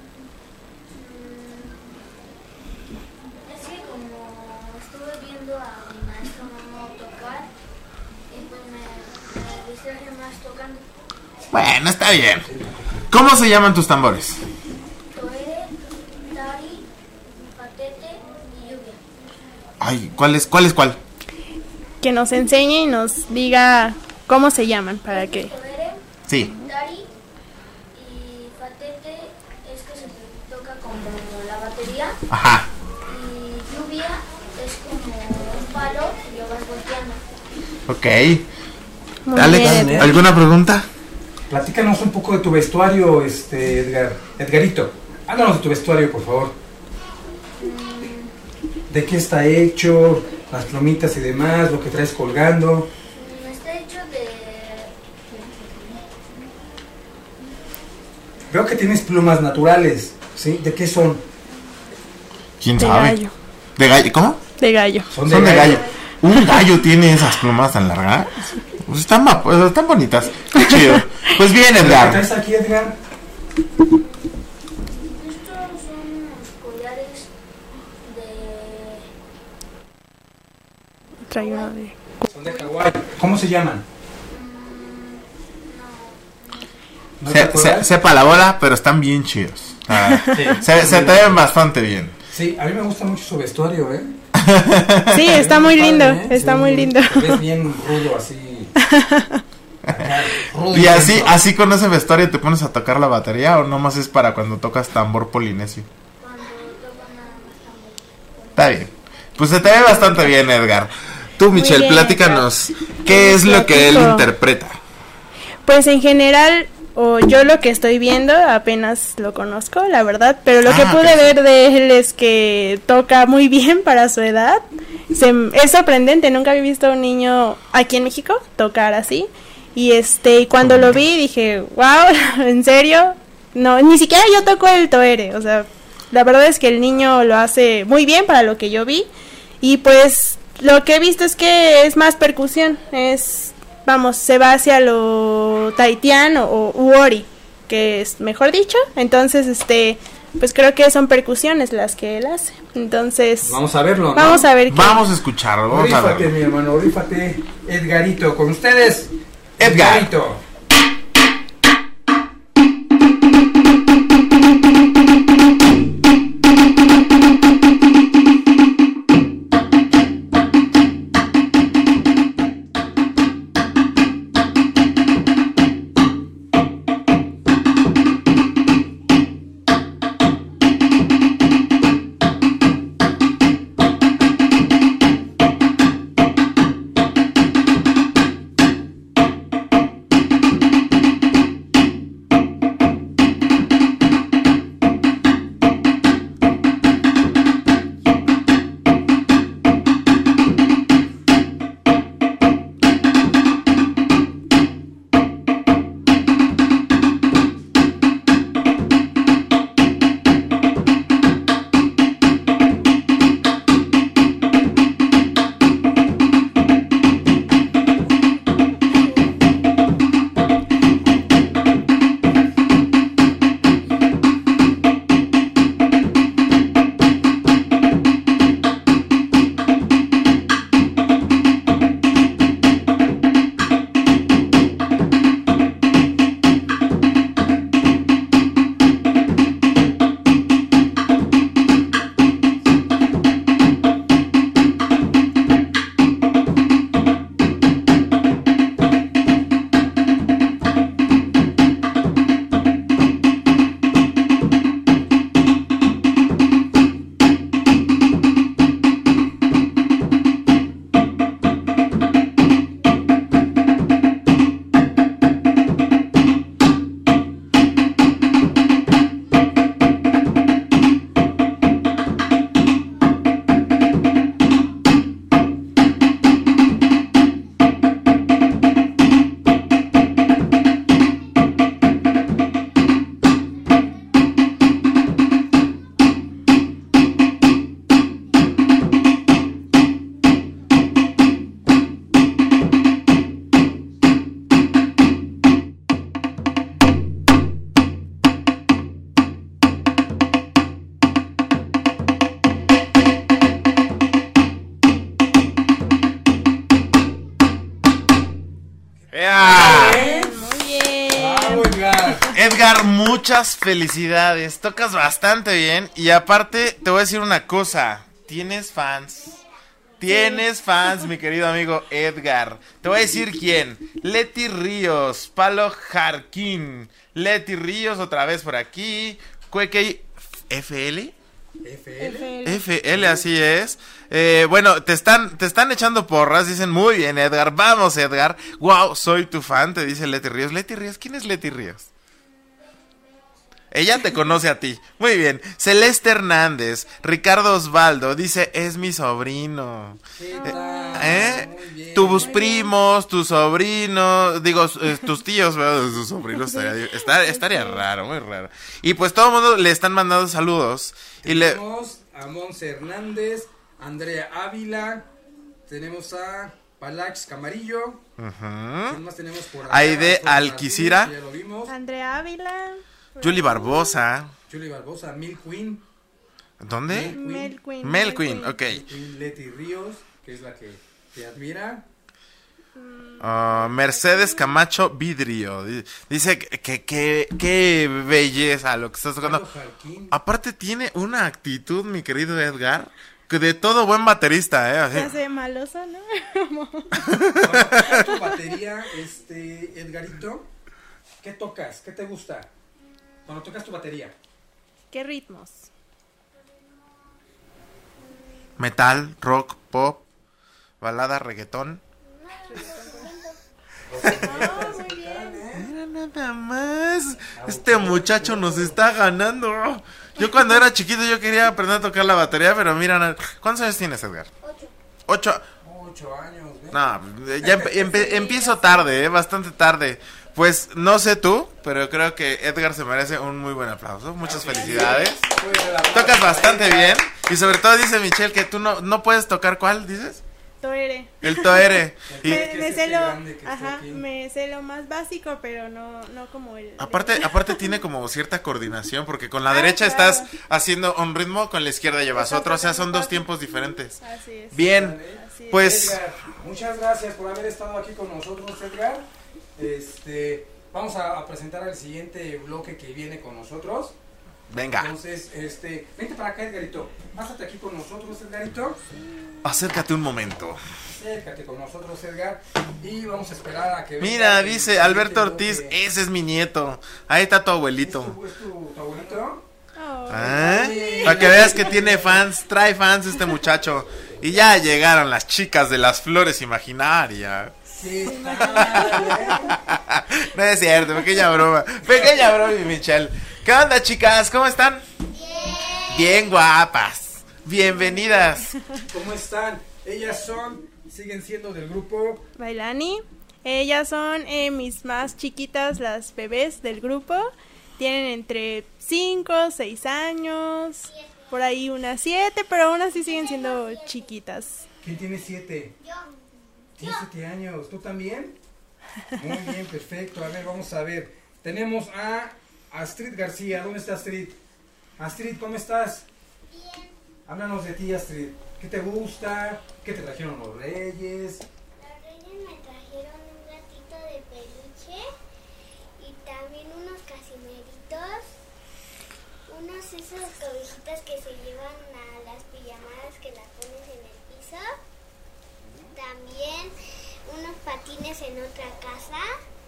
Es que como estuve viendo a mi maestro Momo tocar, y pues me, me distraje más tocando. Bueno, está bien. ¿Cómo se llaman tus tambores? Toire, Tari, Patete y Lluvia. Ay, ¿cuál es cuál? Es cuál? Que nos enseñe y nos diga cómo se llaman, para que... Toire, Sí. Tari y Patete es que se toca como la batería. Ajá. Y Lluvia es como un palo y lo vas volteando. Ok. Muy Alex, bien. ¿alguna pregunta? Platícanos un poco de tu vestuario, este, Edgar. Edgarito, háblanos de tu vestuario, por favor. ¿De qué está hecho? Las plumitas y demás, lo que traes colgando. Mm, Está hecho de... Veo que tienes plumas naturales, ¿sí? ¿De qué son? ¿Quién De sabe? gallo. ¿De gallo? ¿Cómo? De gallo. Son Son de gallo. ¿Un gallo tiene esas plumas tan largas? Pues están, ma- pues están bonitas. Qué chido. Pues bien, ¿Qué Edgar. traes aquí, Edgar? Estos son unos collares de... Trae uno de... Son de Hawái. ¿Cómo se llaman? ¿No te Se- acuerdas? se- sepa la bola, pero están bien chidos. Ah, Sí. se, se te ven bastante bien. Sí, a mí me gusta mucho su vestuario, ¿eh? Sí, está muy Padre, lindo, ¿eh? está Sí, muy lindo. te ves bien rudo, así. Acá, rudo Y así, intenso. así con ese vestuario te pones a tocar la batería o nomás es para cuando tocas tambor polinesio. Cuando tocan nada más tambor. Está bien. Pues se te ve bastante bien, Edgar. Tú, Michelle, bien, platícanos. ¿Qué ¿Qué es les lo que él platico? interpreta? Pues en general, o yo lo que estoy viendo, apenas lo conozco, la verdad, pero lo Ah, que pude ok. ver de él es que toca muy bien para su edad. Se, es sorprendente, nunca había visto a un niño aquí en México tocar así. Y este, y cuando lo vi dije, wow, ¿en serio? No, ni siquiera yo toco eltoire, o sea, la verdad es que el niño lo hace muy bien para lo que yo vi. Y pues lo que he visto es que es más percusión, es, vamos, se va hacia lo tahitiano o uori, que es mejor dicho. Entonces, este, pues creo que son percusiones las que él hace. Entonces, Vamos a verlo, ¿no? vamos a ver qué. Vamos a escucharlo, vamos a Rífate, verlo. mi hermano, rífate. Edgarito, con ustedes. Edgar. Edgarito. muchas felicidades. Tocas bastante bien. Y aparte, te voy a decir una cosa. Tienes fans. Tienes fans, mi querido amigo Edgar. Te voy a decir quién. Leti Ríos, Palo Jarquín. Leti Ríos, otra vez por aquí. Cuequey F L. F L. F L, así es. Eh, bueno, te están, te están echando porras. Dicen, muy bien, Edgar. Vamos, Edgar. Wow, soy tu fan, te dice Leti Ríos. Leti Ríos, ¿quién es Leti Ríos? Ella te conoce a ti. Muy bien. Celeste Hernández. Ricardo Osvaldo. Dice, es mi sobrino. ¿Qué Eh, tal? ¿eh? Muy bien. Tus primos, tus sobrinos, digo, eh, tus tíos, ¿verdad? Sus sobrinos, estaría, estaría, estaría raro, muy raro. Y pues todo el mundo le están mandando saludos. Y le... Tenemos a Monse Hernández, Andrea Ávila, tenemos a Palax Camarillo. Uh-huh. ¿Quién más tenemos por acá? Aide Antonio Alquicira. Martínez, ya lo vimos. Andrea Ávila. Julie Barbosa. Julie Barbosa, Mil Queen. ¿Dónde? Mel Queen. Mel Queen, ok. Queen Leti Ríos, que es la que te admira. Uh, Mercedes Camacho Vidrio. Dice que, que, que, qué belleza lo que estás tocando. Aparte tiene una actitud, mi querido Edgar, que de todo buen baterista, ¿eh? Así. Se hace maloso, ¿no? Cuando tocas tu batería, este, Edgarito, ¿qué tocas? ¿Qué te gusta? Cuando tocas tu batería. ¿Qué ritmos? Metal, rock, pop, balada, reggaetón. Mira nada más. Este muchacho nos está ganando. Yo cuando era chiquito yo quería aprender a tocar la batería, pero mira, ¿cuántos años tienes, Edgar? Ocho. Ocho. Ocho años, ¿eh? No, ya empe- empe- empiezo tarde, eh, bastante tarde. Pues no sé tú, pero creo que Edgar se merece un muy buen aplauso. Muchas felicidades. Tocas bastante bien. Y sobre todo dice Michelle que tú no, no puedes tocar, ¿cuál dices? Toire. Eltoire. Y Me, me sé lo, grande que está ajá, aquí. me sé lo más básico, pero no, no como el. aparte, aparte tiene como cierta coordinación, porque con la Ah, derecha claro. estás haciendo un ritmo, con la izquierda llevas otro, o sea, son dos tiempos diferentes. Así es. Bien, Así es. pues Edgar, muchas gracias por haber estado aquí con nosotros, Edgar. Este, vamos a, a presentar el siguiente bloque que viene con nosotros. venga, Entonces, este, vente para acá, Edgarito. Pásate aquí con nosotros, Edgarito. acércate un momento. Acércate con nosotros, Edgar. Y vamos a esperar a que venga Mira, el dice siguiente Alberto Ortiz, bloque. ese es mi nieto. Ahí está tu ¿Es abuelito. tu, es tu, tu abuelito? Oh. ¿Eh? Para que veas que tiene fans, trae fans este muchacho. Y ya llegaron las chicas de las flores imaginarias. Sí, está. No es cierto, pequeña broma. Pequeña broma, mi Michelle. ¿Qué onda, chicas? ¿Cómo están? Bien. Bien guapas. Bienvenidas. ¿Cómo están? Ellas son, siguen siendo del grupo. Bailani. Ellas son eh, mis más chiquitas, las bebés del grupo. Tienen entre cinco, seis años. Por ahí unas siete, pero aún así siguen siendo chiquitas. ¿Quién tiene siete? Yo. Tienes siete años. ¿Tú también? Muy bien, perfecto. A ver, vamos a ver. Tenemos a Astrid García. ¿Dónde está Astrid? Astrid, ¿cómo estás? Bien. Háblanos de ti, Astrid. ¿Qué te gusta? ¿Qué te trajeron los reyes? Los reyes me trajeron un gatito de peluche y también unos casimeritos, unos esos cobijitas que se llevan a las pijamadas que las pones en el piso, también unos patines en otra casa,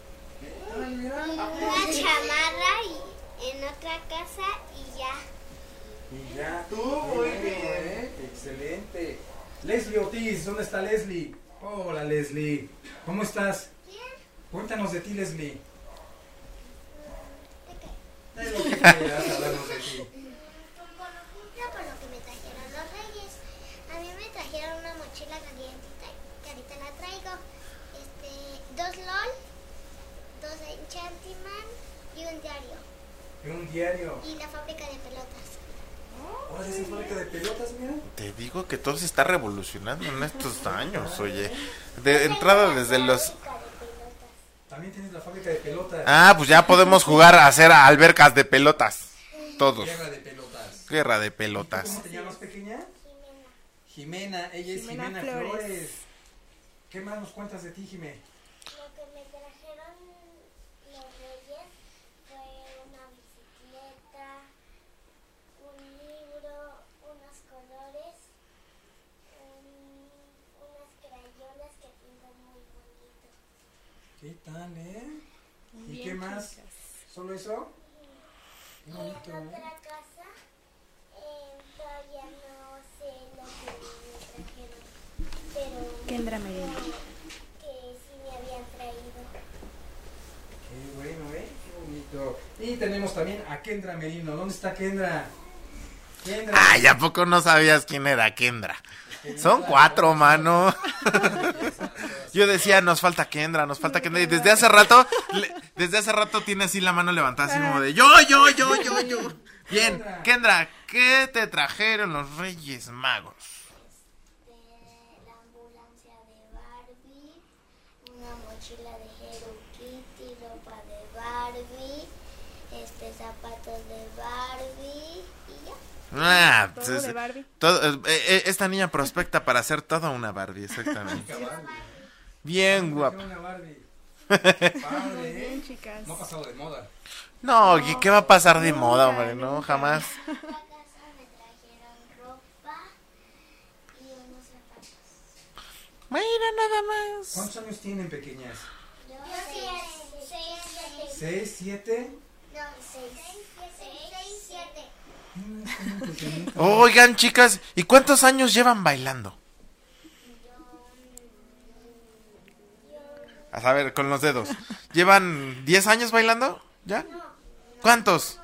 una chamarra y en otra casa y ya. Y ya. Tú, muy bien. Excelente. Leslie Ortiz, ¿dónde está Leslie? Hola, Leslie. ¿Cómo estás? Bien. Cuéntanos de ti, Leslie. ¿De qué? De lo que quieras hablarnos de ti. Por ejemplo, por lo que me trajeron los reyes. A mí me trajeron una mochila calientita, que ahorita la traigo. Este, dos LOL, dos Enchantiman y un diario. En un diario. Y la fábrica de pelotas. Ahora esa fábrica de pelotas, mira. Te digo que todo se está revolucionando en estos años, oye. De entrada desde los... Fábrica de pelotas. También tienes la fábrica de pelotas. Ah, pues ya podemos jugar a hacer albercas de pelotas. Todos. Guerra de pelotas. Guerra de ¿Y tú pelotas. ¿Cómo te llamas, pequeña? Jimena. Jimena. Ella es Jimena Jimena Flores. Flores. ¿Qué más nos cuentas de ti, Jimé? Lo que me trajeron los reyes fue una bicicleta. ¿Qué tal, eh? ¿Y Bien, qué más? chicas. ¿Solo eso? Qué bonito, En ¿eh? otra casa, eh, todavía no sé lo que me trajeron, pero Kendra Merino. que sí me habían traído. Qué bueno, ¿eh? Qué bonito. Y tenemos también a Kendra Merino. ¿Dónde está Kendra? Kendra. Ay, ¿a poco no sabías quién era Kendra? Son cuatro, mano. Yo decía, nos falta Kendra, nos falta Kendra. Y desde hace rato, le- desde hace rato tiene así la mano levantada, así como de yo, yo, yo, yo, yo. Bien, Kendra, ¿qué te trajeron los Reyes Magos? De la ambulancia de Barbie, una mochila de Hello Kitty, ropa de Barbie, este zapatos de Barbie y ya. Ah, Todo pues, de Barbie. todo, eh, eh, esta niña prospecta para ser toda una Barbie, exactamente. Bien guapa. Una Barbie. Padre, ¿eh? Bien, chicas. No ha pasado de moda. No, ¿y qué va a pasar de moda, hombre? No, jamás. En la casa me trajeron ropa y unos zapatos. Mira, nada más. ¿Cuántos años tienen, pequeñas? Yo seis, seis, siete. ¿Seis, siete? No, seis, seis, siete. Oigan, chicas, ¿y cuántos años llevan bailando? A saber, con los dedos. ¿Llevan diez años bailando? ¿Ya? ¿Cuántos?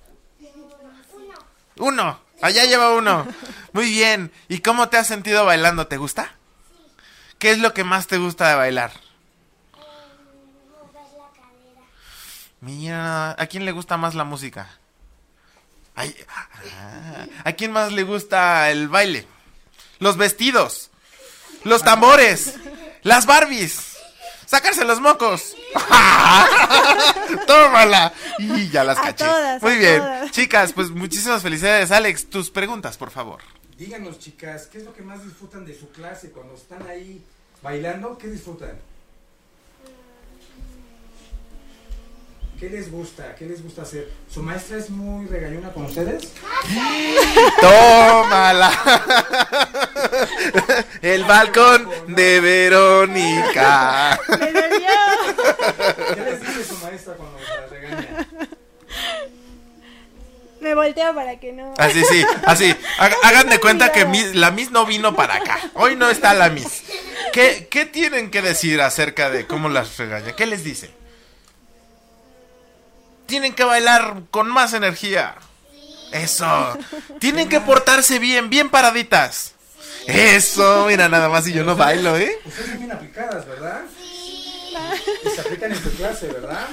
Uno. Allá lleva uno. Muy bien. ¿Y cómo te has sentido bailando? ¿Te gusta? ¿Qué es lo que más te gusta de bailar? Mover la cadera. Mira, ¿a quién le gusta más la música? Ay, ah, ¿a quién más le gusta el baile? Los vestidos, los tambores, las Barbies, sacarse los mocos. Tómala. Y ya las A caché. todas, Muy a bien. todas. Chicas, pues muchísimas felicidades. Alex, tus preguntas, por favor. Díganos, chicas, ¿qué es lo que más disfrutan de su clase cuando están ahí bailando? ¿Qué disfrutan? ¿Qué les gusta? ¿Qué les gusta hacer? ¿Su maestra es muy regañona con ustedes? Tómala. El balcón de Verónica. ¡Me dolió! ¿Qué les dice su maestra cuando las regaña? Me volteo para que no. Así, sí, así. Haga- Hagan de cuenta que mi- la Miss no vino para acá. Hoy no está la Miss. ¿Qué, ¿Qué tienen que decir acerca de cómo las regaña? ¿Qué les dice? Tienen que bailar con más energía. Eso. Tienen que portarse bien, bien paraditas. Eso, mira, nada más y yo no bailo, ¿eh? Ustedes son bien aplicadas, ¿verdad? Sí. Y se aplican en su clase, ¿verdad?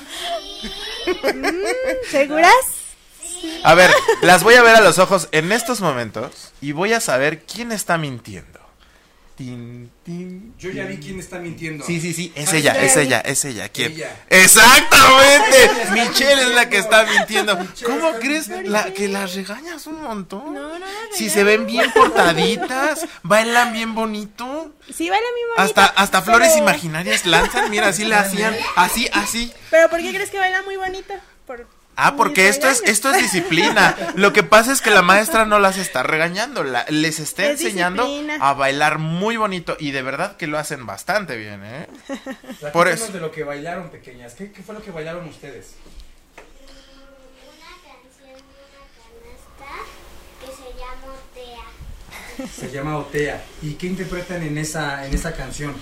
¿Seguras? A ver, las voy a ver a los ojos en estos momentos y voy a saber quién está mintiendo. Tin, tin, Yo ya vi quién está mintiendo. Sí, sí, sí, es ¿Sabes ella, qué? es ella, es ella. ¿Quién? Ella. Exactamente. Michelle es la que está mintiendo. Michelle ¿Cómo está crees mintiendo. la, que las regañas un montón? No, no las Si regaño. se ven bien portaditas, bailan bien bonito. Sí, baila mi bonito. Hasta, hasta flores pero- imaginarias lanzan, mira, así le hacían, así, así. ¿Pero por qué crees que baila muy bonito? Por... Ah, porque mis esto es, regaños. esto es disciplina. Lo que pasa es que la maestra no las está regañando, la- les está Es enseñando disciplina. a bailar muy bonito y de verdad que lo hacen bastante bien, ¿eh? Por Platíquenos eso. de lo que bailaron, pequeñas. ¿Qué, qué fue lo que bailaron ustedes? Una canción de una canasta que se llama Otea. Se llama Otea. ¿Y qué interpretan en esa, en esa canción?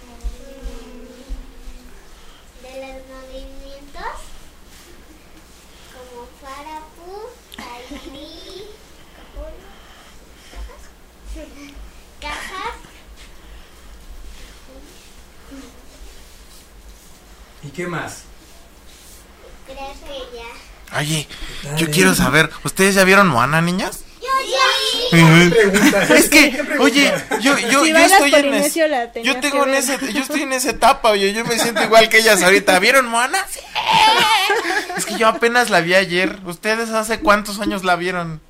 De los movimientos como Farapú, Tairi, Cajas. ¿Y qué más? Creo que ya. Oye, yo quiero saber, ¿ustedes ya vieron Moana, niñas? Yo ya. Preguntas. Es que, oye, yo, yo, Si yo bailas estoy en polinesio, ese, la tenías yo tengo que en ver. ese, yo estoy en esa etapa, oye, yo me siento igual que ellas ahorita. ¿Vieron Moana? Sí. Es que yo apenas la vi ayer. ¿Ustedes hace cuántos años la vieron?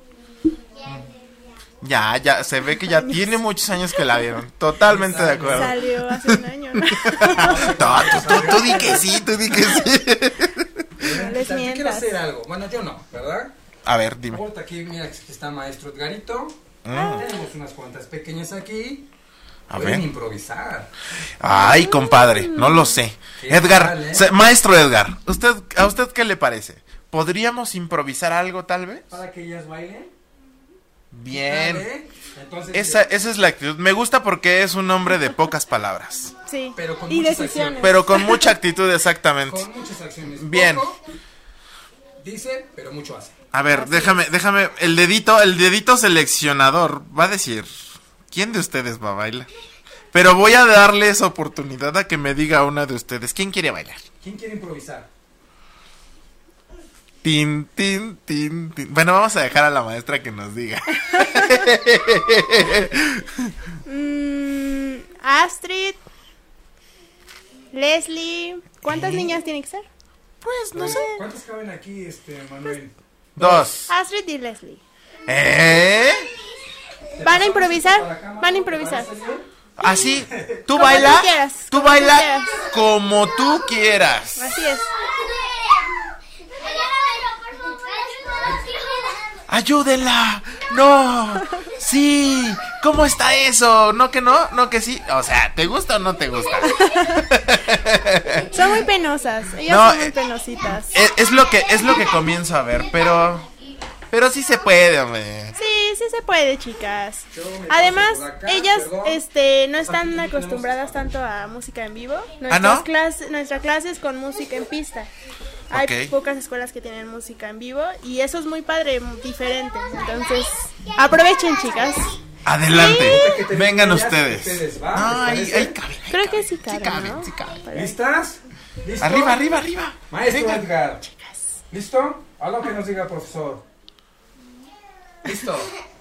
Ya, ya, se ve que ya tiene muchos años que la vieron. Totalmente de acuerdo. Salió hace un año, ¿no? No, tú, tú, tú di que sí, tú di que sí. No les Yo quiero mientas. hacer algo. Bueno, yo no, ¿verdad? A ver, dime. Ahorita aquí, mira, aquí está maestro Edgarito. Mm. Tenemos unas cuantas pequeñas aquí. A Pueden ver. improvisar. Ay, compadre, no lo sé. Qué Edgar, tal, ¿eh? se- maestro Edgar, ¿usted, ¿a usted qué le parece? ¿Podríamos improvisar algo tal vez? Para que ellas bailen. Bien. ¿Vale? Entonces, Esa, esa es la actitud. Me gusta porque es un hombre de pocas palabras. Sí. Pero con y muchas decisiones. acciones. Pero con mucha actitud, exactamente. Con muchas acciones. Bien. Poco dice, pero mucho hace. A ver, déjame, déjame, el dedito, el dedito seleccionador va a decir, ¿quién de ustedes va a bailar? Pero voy a darles oportunidad a que me diga una de ustedes. ¿Quién quiere bailar? ¿Quién quiere improvisar? Tin, tin, tin, tin. Bueno, vamos a dejar a la maestra que nos diga. Mm, Astrid, Leslie, ¿cuántas ¿Eh? niñas tienen que ser? Pues no sé. ¿Cuántos caben aquí, este, Manuel? Dos. Astrid y Leslie. ¿Eh? ¿Van a improvisar? Van a improvisar. Así, tú Como baila, tú quieras, tú como tú baila quieras. como tú quieras. Así es. ¡Ayúdenla! ¡No! ¡Sí! ¿Cómo está eso? ¿No que no? ¿No que sí? O sea, ¿te gusta o no te gusta? Son muy penosas. Ellas No, son muy eh, penosas. Es, es lo que es lo que comienzo a ver, pero pero sí se puede, hombre. Sí, sí se puede, chicas. Además, ellas este no están acostumbradas tanto a música en vivo. Nuestras no? clases, nuestra clase es con música en pista. Hay Ok. pocas escuelas que tienen música en vivo y eso es muy padre, muy diferente. Entonces, aprovechen, chicas. Adelante. Sí. Vengan Ellas, ustedes. ustedes, ¿va? No, ¿Les ahí, parece? ahí caben, ahí Creo que caben. sí caben, caben, ¿no? sí caben. Para- ¿Listas? ¿Listo? Arriba, arriba, arriba. Maestro Venga. Edgar. ¿Listo? Algo que nos diga, profesor. ¿Listo?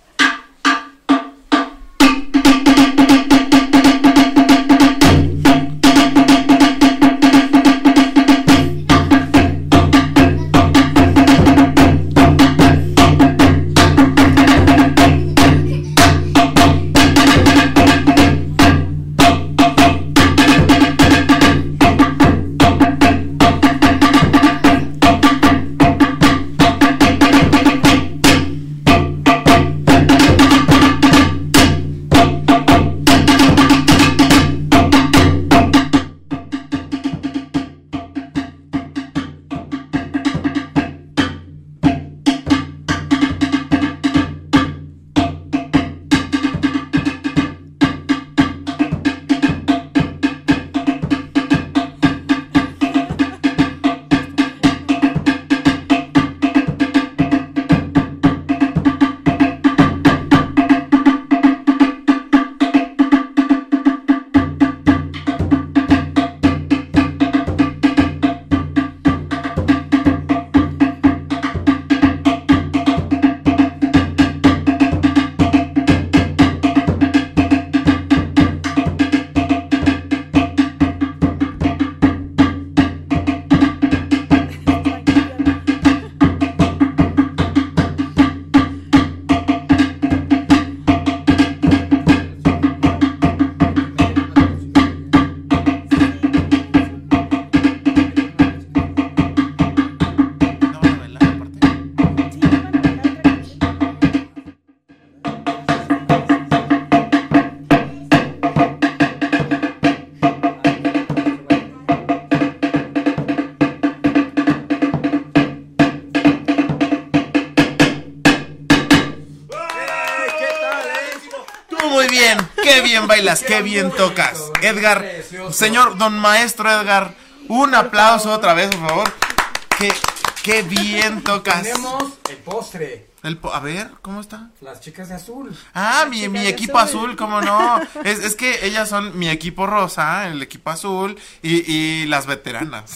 Muy bien, qué bien bailas, qué bien tocas. Edgar, señor don maestro Edgar, un aplauso otra vez, por favor. Qué, qué bien tocas. Tenemos el postre. El po- a ver, ¿cómo está? Las chicas de azul. Ah, mi, mi equipo azul, ¿cómo no? Es, es que ellas son mi equipo rosa, el equipo azul y, y las veteranas.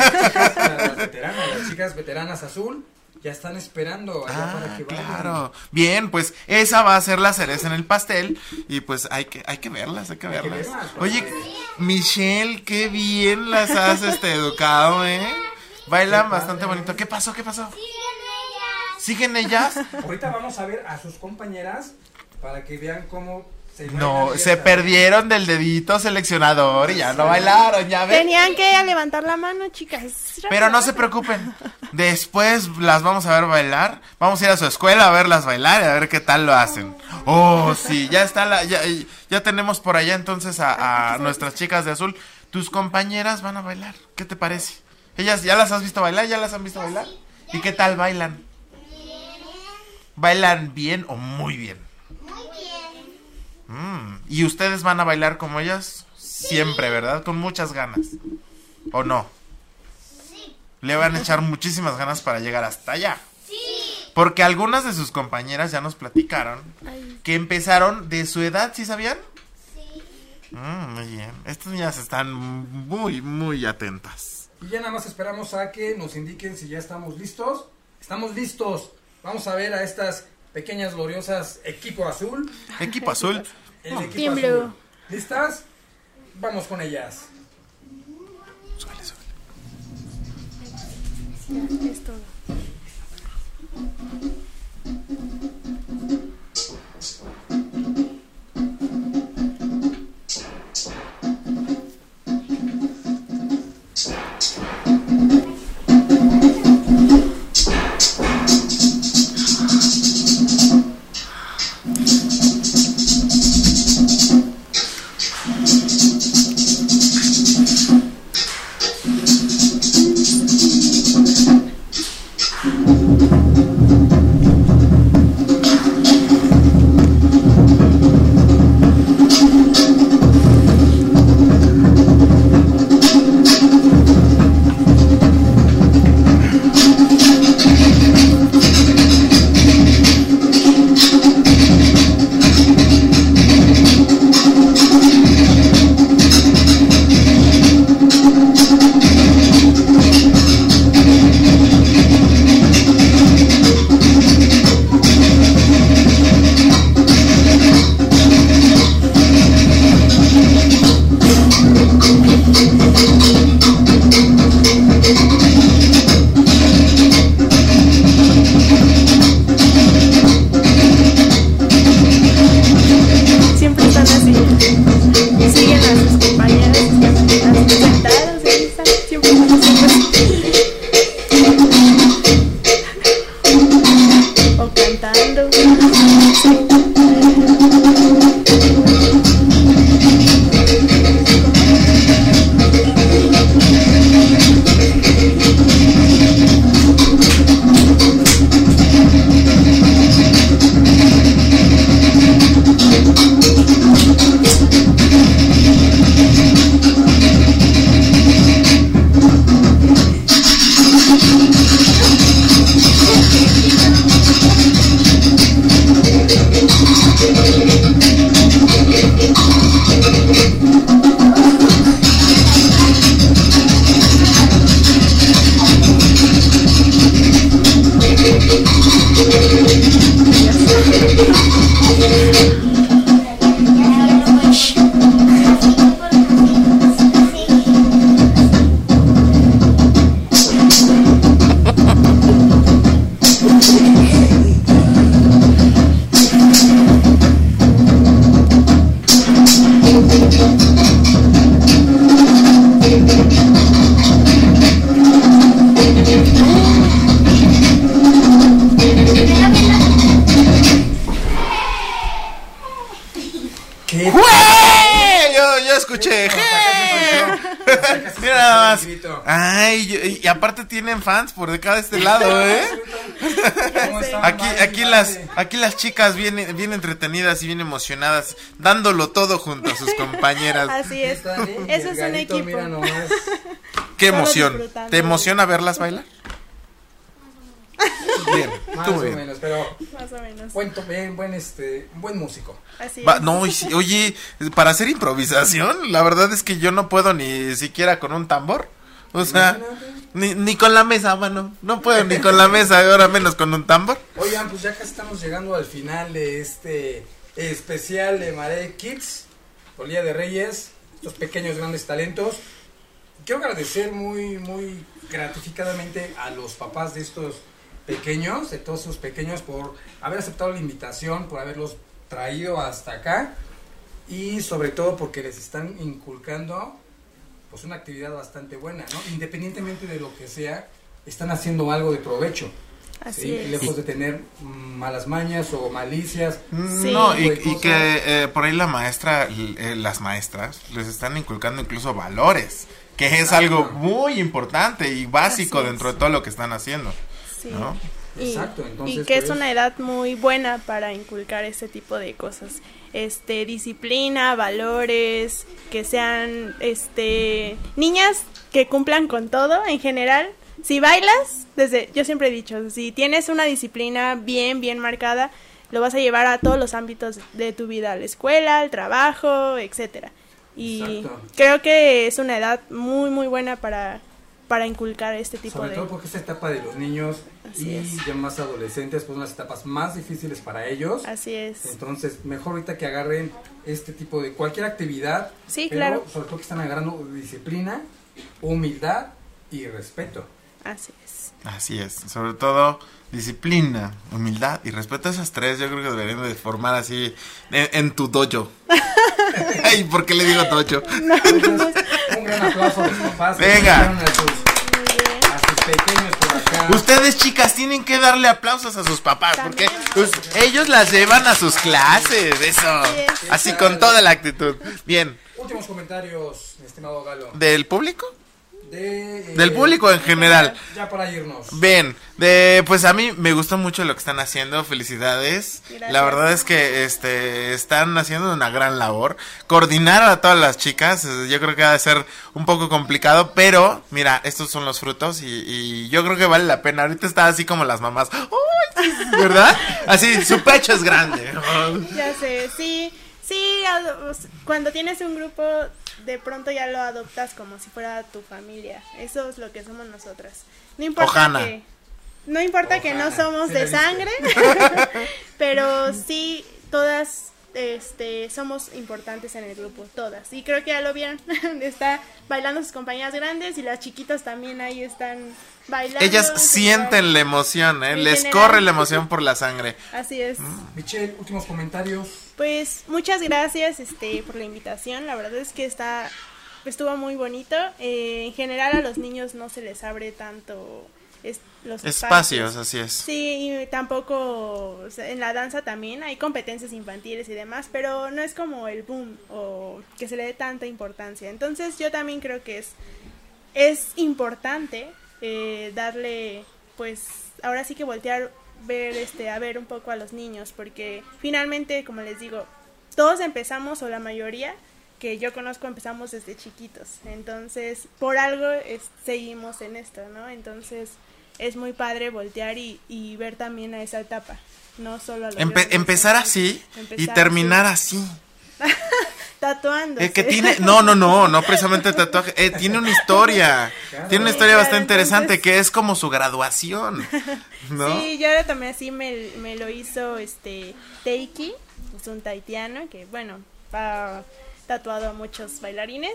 Las veteranas, las chicas veteranas azul ya están esperando allá Ah, para que vayan. claro. Bien, pues esa va a ser la cereza en el pastel y pues hay que hay que verlas, hay que Hay que verlas. verlas, Oye, pues. Michelle, qué bien las has este educado, ¿eh? Bailan Qué bastante padre. bonito. ¿Qué pasó? ¿Qué pasó? ¿Siguen ellas? Ahorita vamos a ver a sus compañeras para que vean cómo se No, bailan se ellas perdieron del dedito seleccionador y ya no bailaron, ya ven. Tenían que levantar la mano, chicas. Pero no se preocupen, Después las vamos a ver bailar. Vamos a ir a su escuela a verlas bailar y a ver qué tal lo hacen. Oh, sí, ya está la, ya, ya tenemos por allá entonces a, a nuestras chicas de azul. Tus compañeras van a bailar. ¿Qué te parece? Ellas ya las has visto bailar, ya las han visto bailar. ¿Y qué tal bailan? ¿Bailan bien o muy bien? Muy bien. Mm, ¿y ustedes van a bailar como ellas? Siempre, ¿verdad? Con muchas ganas. ¿O no? Sí. Le van a echar muchísimas ganas para llegar hasta allá. Sí. Porque algunas de sus compañeras ya nos platicaron que empezaron de su edad, ¿sí sabían? Sí. Mm, muy bien. Estas niñas están muy, muy atentas. Y ya nada más esperamos a que nos indiquen si ya estamos listos. Estamos listos. Vamos a ver a estas pequeñas gloriosas equipo azul. Equipo azul. El equipo Team azul. Blue. ¿Listas? Vamos con ellas. Suele, suele. Es todo. Mira nada más. Ay, yo, y aparte tienen fans por de cada este lado, ¿eh? Aquí, aquí las, aquí las chicas bien, bien entretenidas y bien emocionadas, dándolo todo junto a sus compañeras. Así es. Eso es un equipo. Mira nomás. Qué emoción. ¿Te emociona verlas bailar? Bien, más tú o bien. menos, pero Más o menos. buen, to- bien, buen este, buen músico. Así Va, es. no, y sí, oye, para hacer improvisación, la verdad es que yo no puedo ni siquiera con un tambor. O sea, ni, ni con la mesa, mano. No puedo ni con la mesa, ahora menos con un tambor. Oigan, pues ya casi estamos llegando al final de este especial de Mare Kids, por Día de Reyes, estos pequeños grandes talentos. Quiero agradecer muy, muy gratificadamente a los papás de estos pequeños, de todos esos pequeños, por haber aceptado la invitación, por haberlos traído hasta acá y sobre todo porque les están inculcando pues una actividad bastante buena, ¿no? Independientemente de lo que sea, están haciendo algo de provecho. Así ¿sí? es. Lejos de tener malas mañas o malicias. Sí. No, y, de y cosas. que eh, por ahí la maestra, eh, las maestras, les están inculcando incluso valores, que es Exacto. algo muy importante y básico Así es. dentro de todo lo que están haciendo, Sí. ¿no? Y, Exacto, entonces, y que es pues, una edad muy buena para inculcar este tipo de cosas. Este, disciplina, valores, que sean este niñas que cumplan con todo en general. Si bailas, desde yo siempre he dicho, si tienes una disciplina bien bien marcada, lo vas a llevar a todos los ámbitos de tu vida, a la escuela, al trabajo, etcétera. Y Exacto. creo que es una edad muy muy buena para para inculcar este tipo sobre de todo porque esta etapa de los niños Así y es. ya más adolescentes, pues unas etapas más difíciles para ellos. Así es. Entonces, mejor ahorita que agarren este tipo de cualquier actividad. Sí, pero claro. sobre todo que están agarrando disciplina, humildad y respeto. Así es. Así es, sobre todo disciplina, humildad y respeto a esas tres, yo creo que deberían de formar así en, en tu dojo. Ay, ¿por qué le digo dojo? Entonces, un gran aplauso a los papás. que Venga. apoyaron A sus, a sus pequeños por acá. Ustedes, chicas, tienen que darle aplausos a sus papás, porque También. pues, ellos las llevan a sus clases, eso, Así es. así con toda la actitud. Bien, Últimos comentarios, mi estimado Galo. ¿del público? De, eh, Del público en general. Ya para irnos. Bien, de, pues a mí me gustó mucho lo que están haciendo, felicidades. Gracias. La verdad es que este están haciendo una gran labor. Coordinar a todas las chicas, eh, yo creo que va a ser un poco complicado, pero mira, estos son los frutos y, y yo creo que vale la pena. Ahorita está así como las mamás, ¡ay! ¿Verdad? Así, su pecho es grande. Ya sé, sí, sí, ado- cuando tienes un grupo, de pronto ya lo adoptas como si fuera tu familia. Eso es lo que somos nosotras. No importa Ojana. que no importa que no Ojana, somos sí de la viste. sangre, pero sí todas este somos importantes en el grupo, todas. Y creo que ya lo vieron. Está bailando sus compañeras grandes y las chiquitas también ahí están bailando. Ellas en sienten general. la emoción, ¿eh? En Les general. corre la emoción por la sangre. Así es. Michelle, últimos comentarios. Pues muchas gracias este por la invitación, la verdad es que está estuvo muy bonito. Eh, en general a los niños no se les abre tanto es, los Espacios, espacios. así es. Sí, y tampoco o sea, en la danza también hay competencias infantiles y demás, pero no es como el boom o que se le dé tanta importancia. Entonces yo también creo que es es importante eh, darle, pues ahora sí que voltear ver este a ver un poco a los niños, porque finalmente, como les digo, todos empezamos, o la mayoría que yo conozco, empezamos desde chiquitos, entonces por algo es, seguimos en esto, ¿no? Entonces es muy padre voltear y, y ver también a esa etapa, no solo a los Empe- grandes, empezar sino así empezar y terminar así. tatuando. Eh, que tiene, no, no, no, no precisamente tatuaje, eh, tiene una historia, tiene una Sí, historia claro, bastante interesante entonces- que es como su graduación, ¿no? Sí, yo también así me, me lo hizo este Teiki, es un taitiano que, bueno, ha tatuado a muchos bailarines.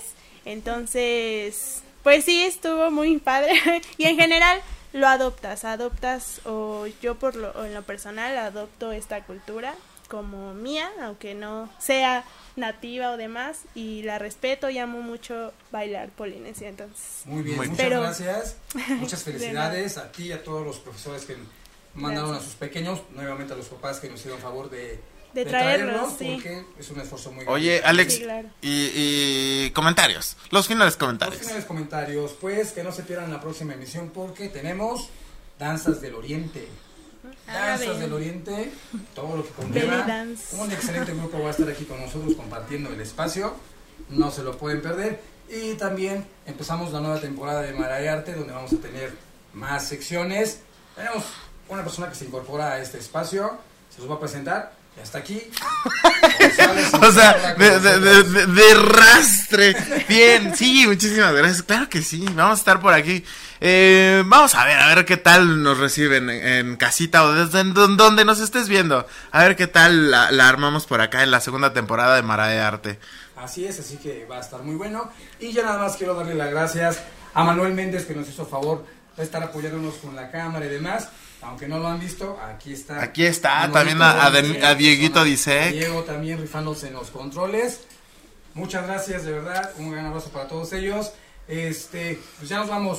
Entonces, pues sí, estuvo muy padre. Y en general lo adoptas, adoptas, o yo por lo, o en lo personal adopto esta cultura como mía, aunque no sea nativa o demás, y la respeto y amo mucho bailar polinesia, entonces. Muy bien, Muy muchas Pero- gracias. Muchas De felicidades a ti y a todos los profesores que mandaron Gracias. a sus pequeños, nuevamente a los papás que nos hicieron favor de, De traerlos, sí. porque es un esfuerzo muy Oye, grande. Alex, Sí, claro. y, y comentarios, los finales Los comentarios. finales comentarios, pues que no se pierdan la próxima emisión porque tenemos Danzas del Oriente. Ah, Danzas bien. del Oriente, todo lo que conlleva. Belly dance. Un excelente grupo va a estar aquí con nosotros compartiendo el espacio, no se lo pueden perder. Y también empezamos la nueva temporada de Mara y Arte, donde vamos a tener más secciones. Tenemos una persona que se incorpora a este espacio, se los va a presentar, y hasta aquí. González, O sea, con de, de, de, nosotros. de- de rastre. Bien, sí, muchísimas gracias. Claro que sí, vamos a estar por aquí. Eh, vamos a ver, a ver qué tal nos reciben en, en casita o desde en don- donde nos estés viendo. A ver qué tal la, la armamos por acá en la segunda temporada de Mara de Arte. Así es, así que va a estar muy bueno. Y ya nada más quiero darle las gracias a Manuel Méndez, que nos hizo favor de estar apoyándonos con la cámara y demás. Aunque no lo han visto, aquí está. Aquí está, Manolito, también a- a que Den- es a Dieguito persona- Disec. a Diego también rifándose en los controles. Muchas gracias, de verdad. Un gran abrazo para todos ellos. Este, pues ya nos vamos.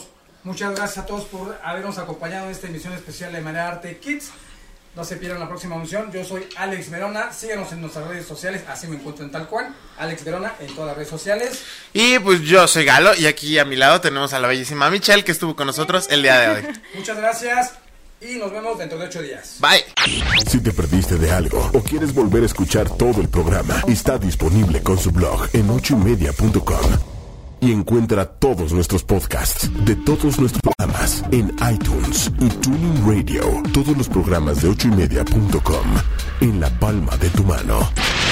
Muchas gracias a todos por habernos acompañado en esta emisión especial de Manera Arte Kids. No se pierdan la próxima emisión. Yo soy Alex Verona. Síganos en nuestras redes sociales. Así me encuentran tal cual. Alex Verona en todas las redes sociales. Y pues yo soy Galo. Y aquí a mi lado tenemos a la bellísima Michelle, que estuvo con nosotros el día de hoy. Muchas gracias. Y nos vemos dentro de ocho días. Bye. Si te perdiste de algo o quieres volver a escuchar todo el programa, está disponible con su blog en ocho y media punto com. Y encuentra todos nuestros podcasts de todos nuestros programas en iTunes y Tuning Radio. Todos los programas de ocho y media punto com en la palma de tu mano.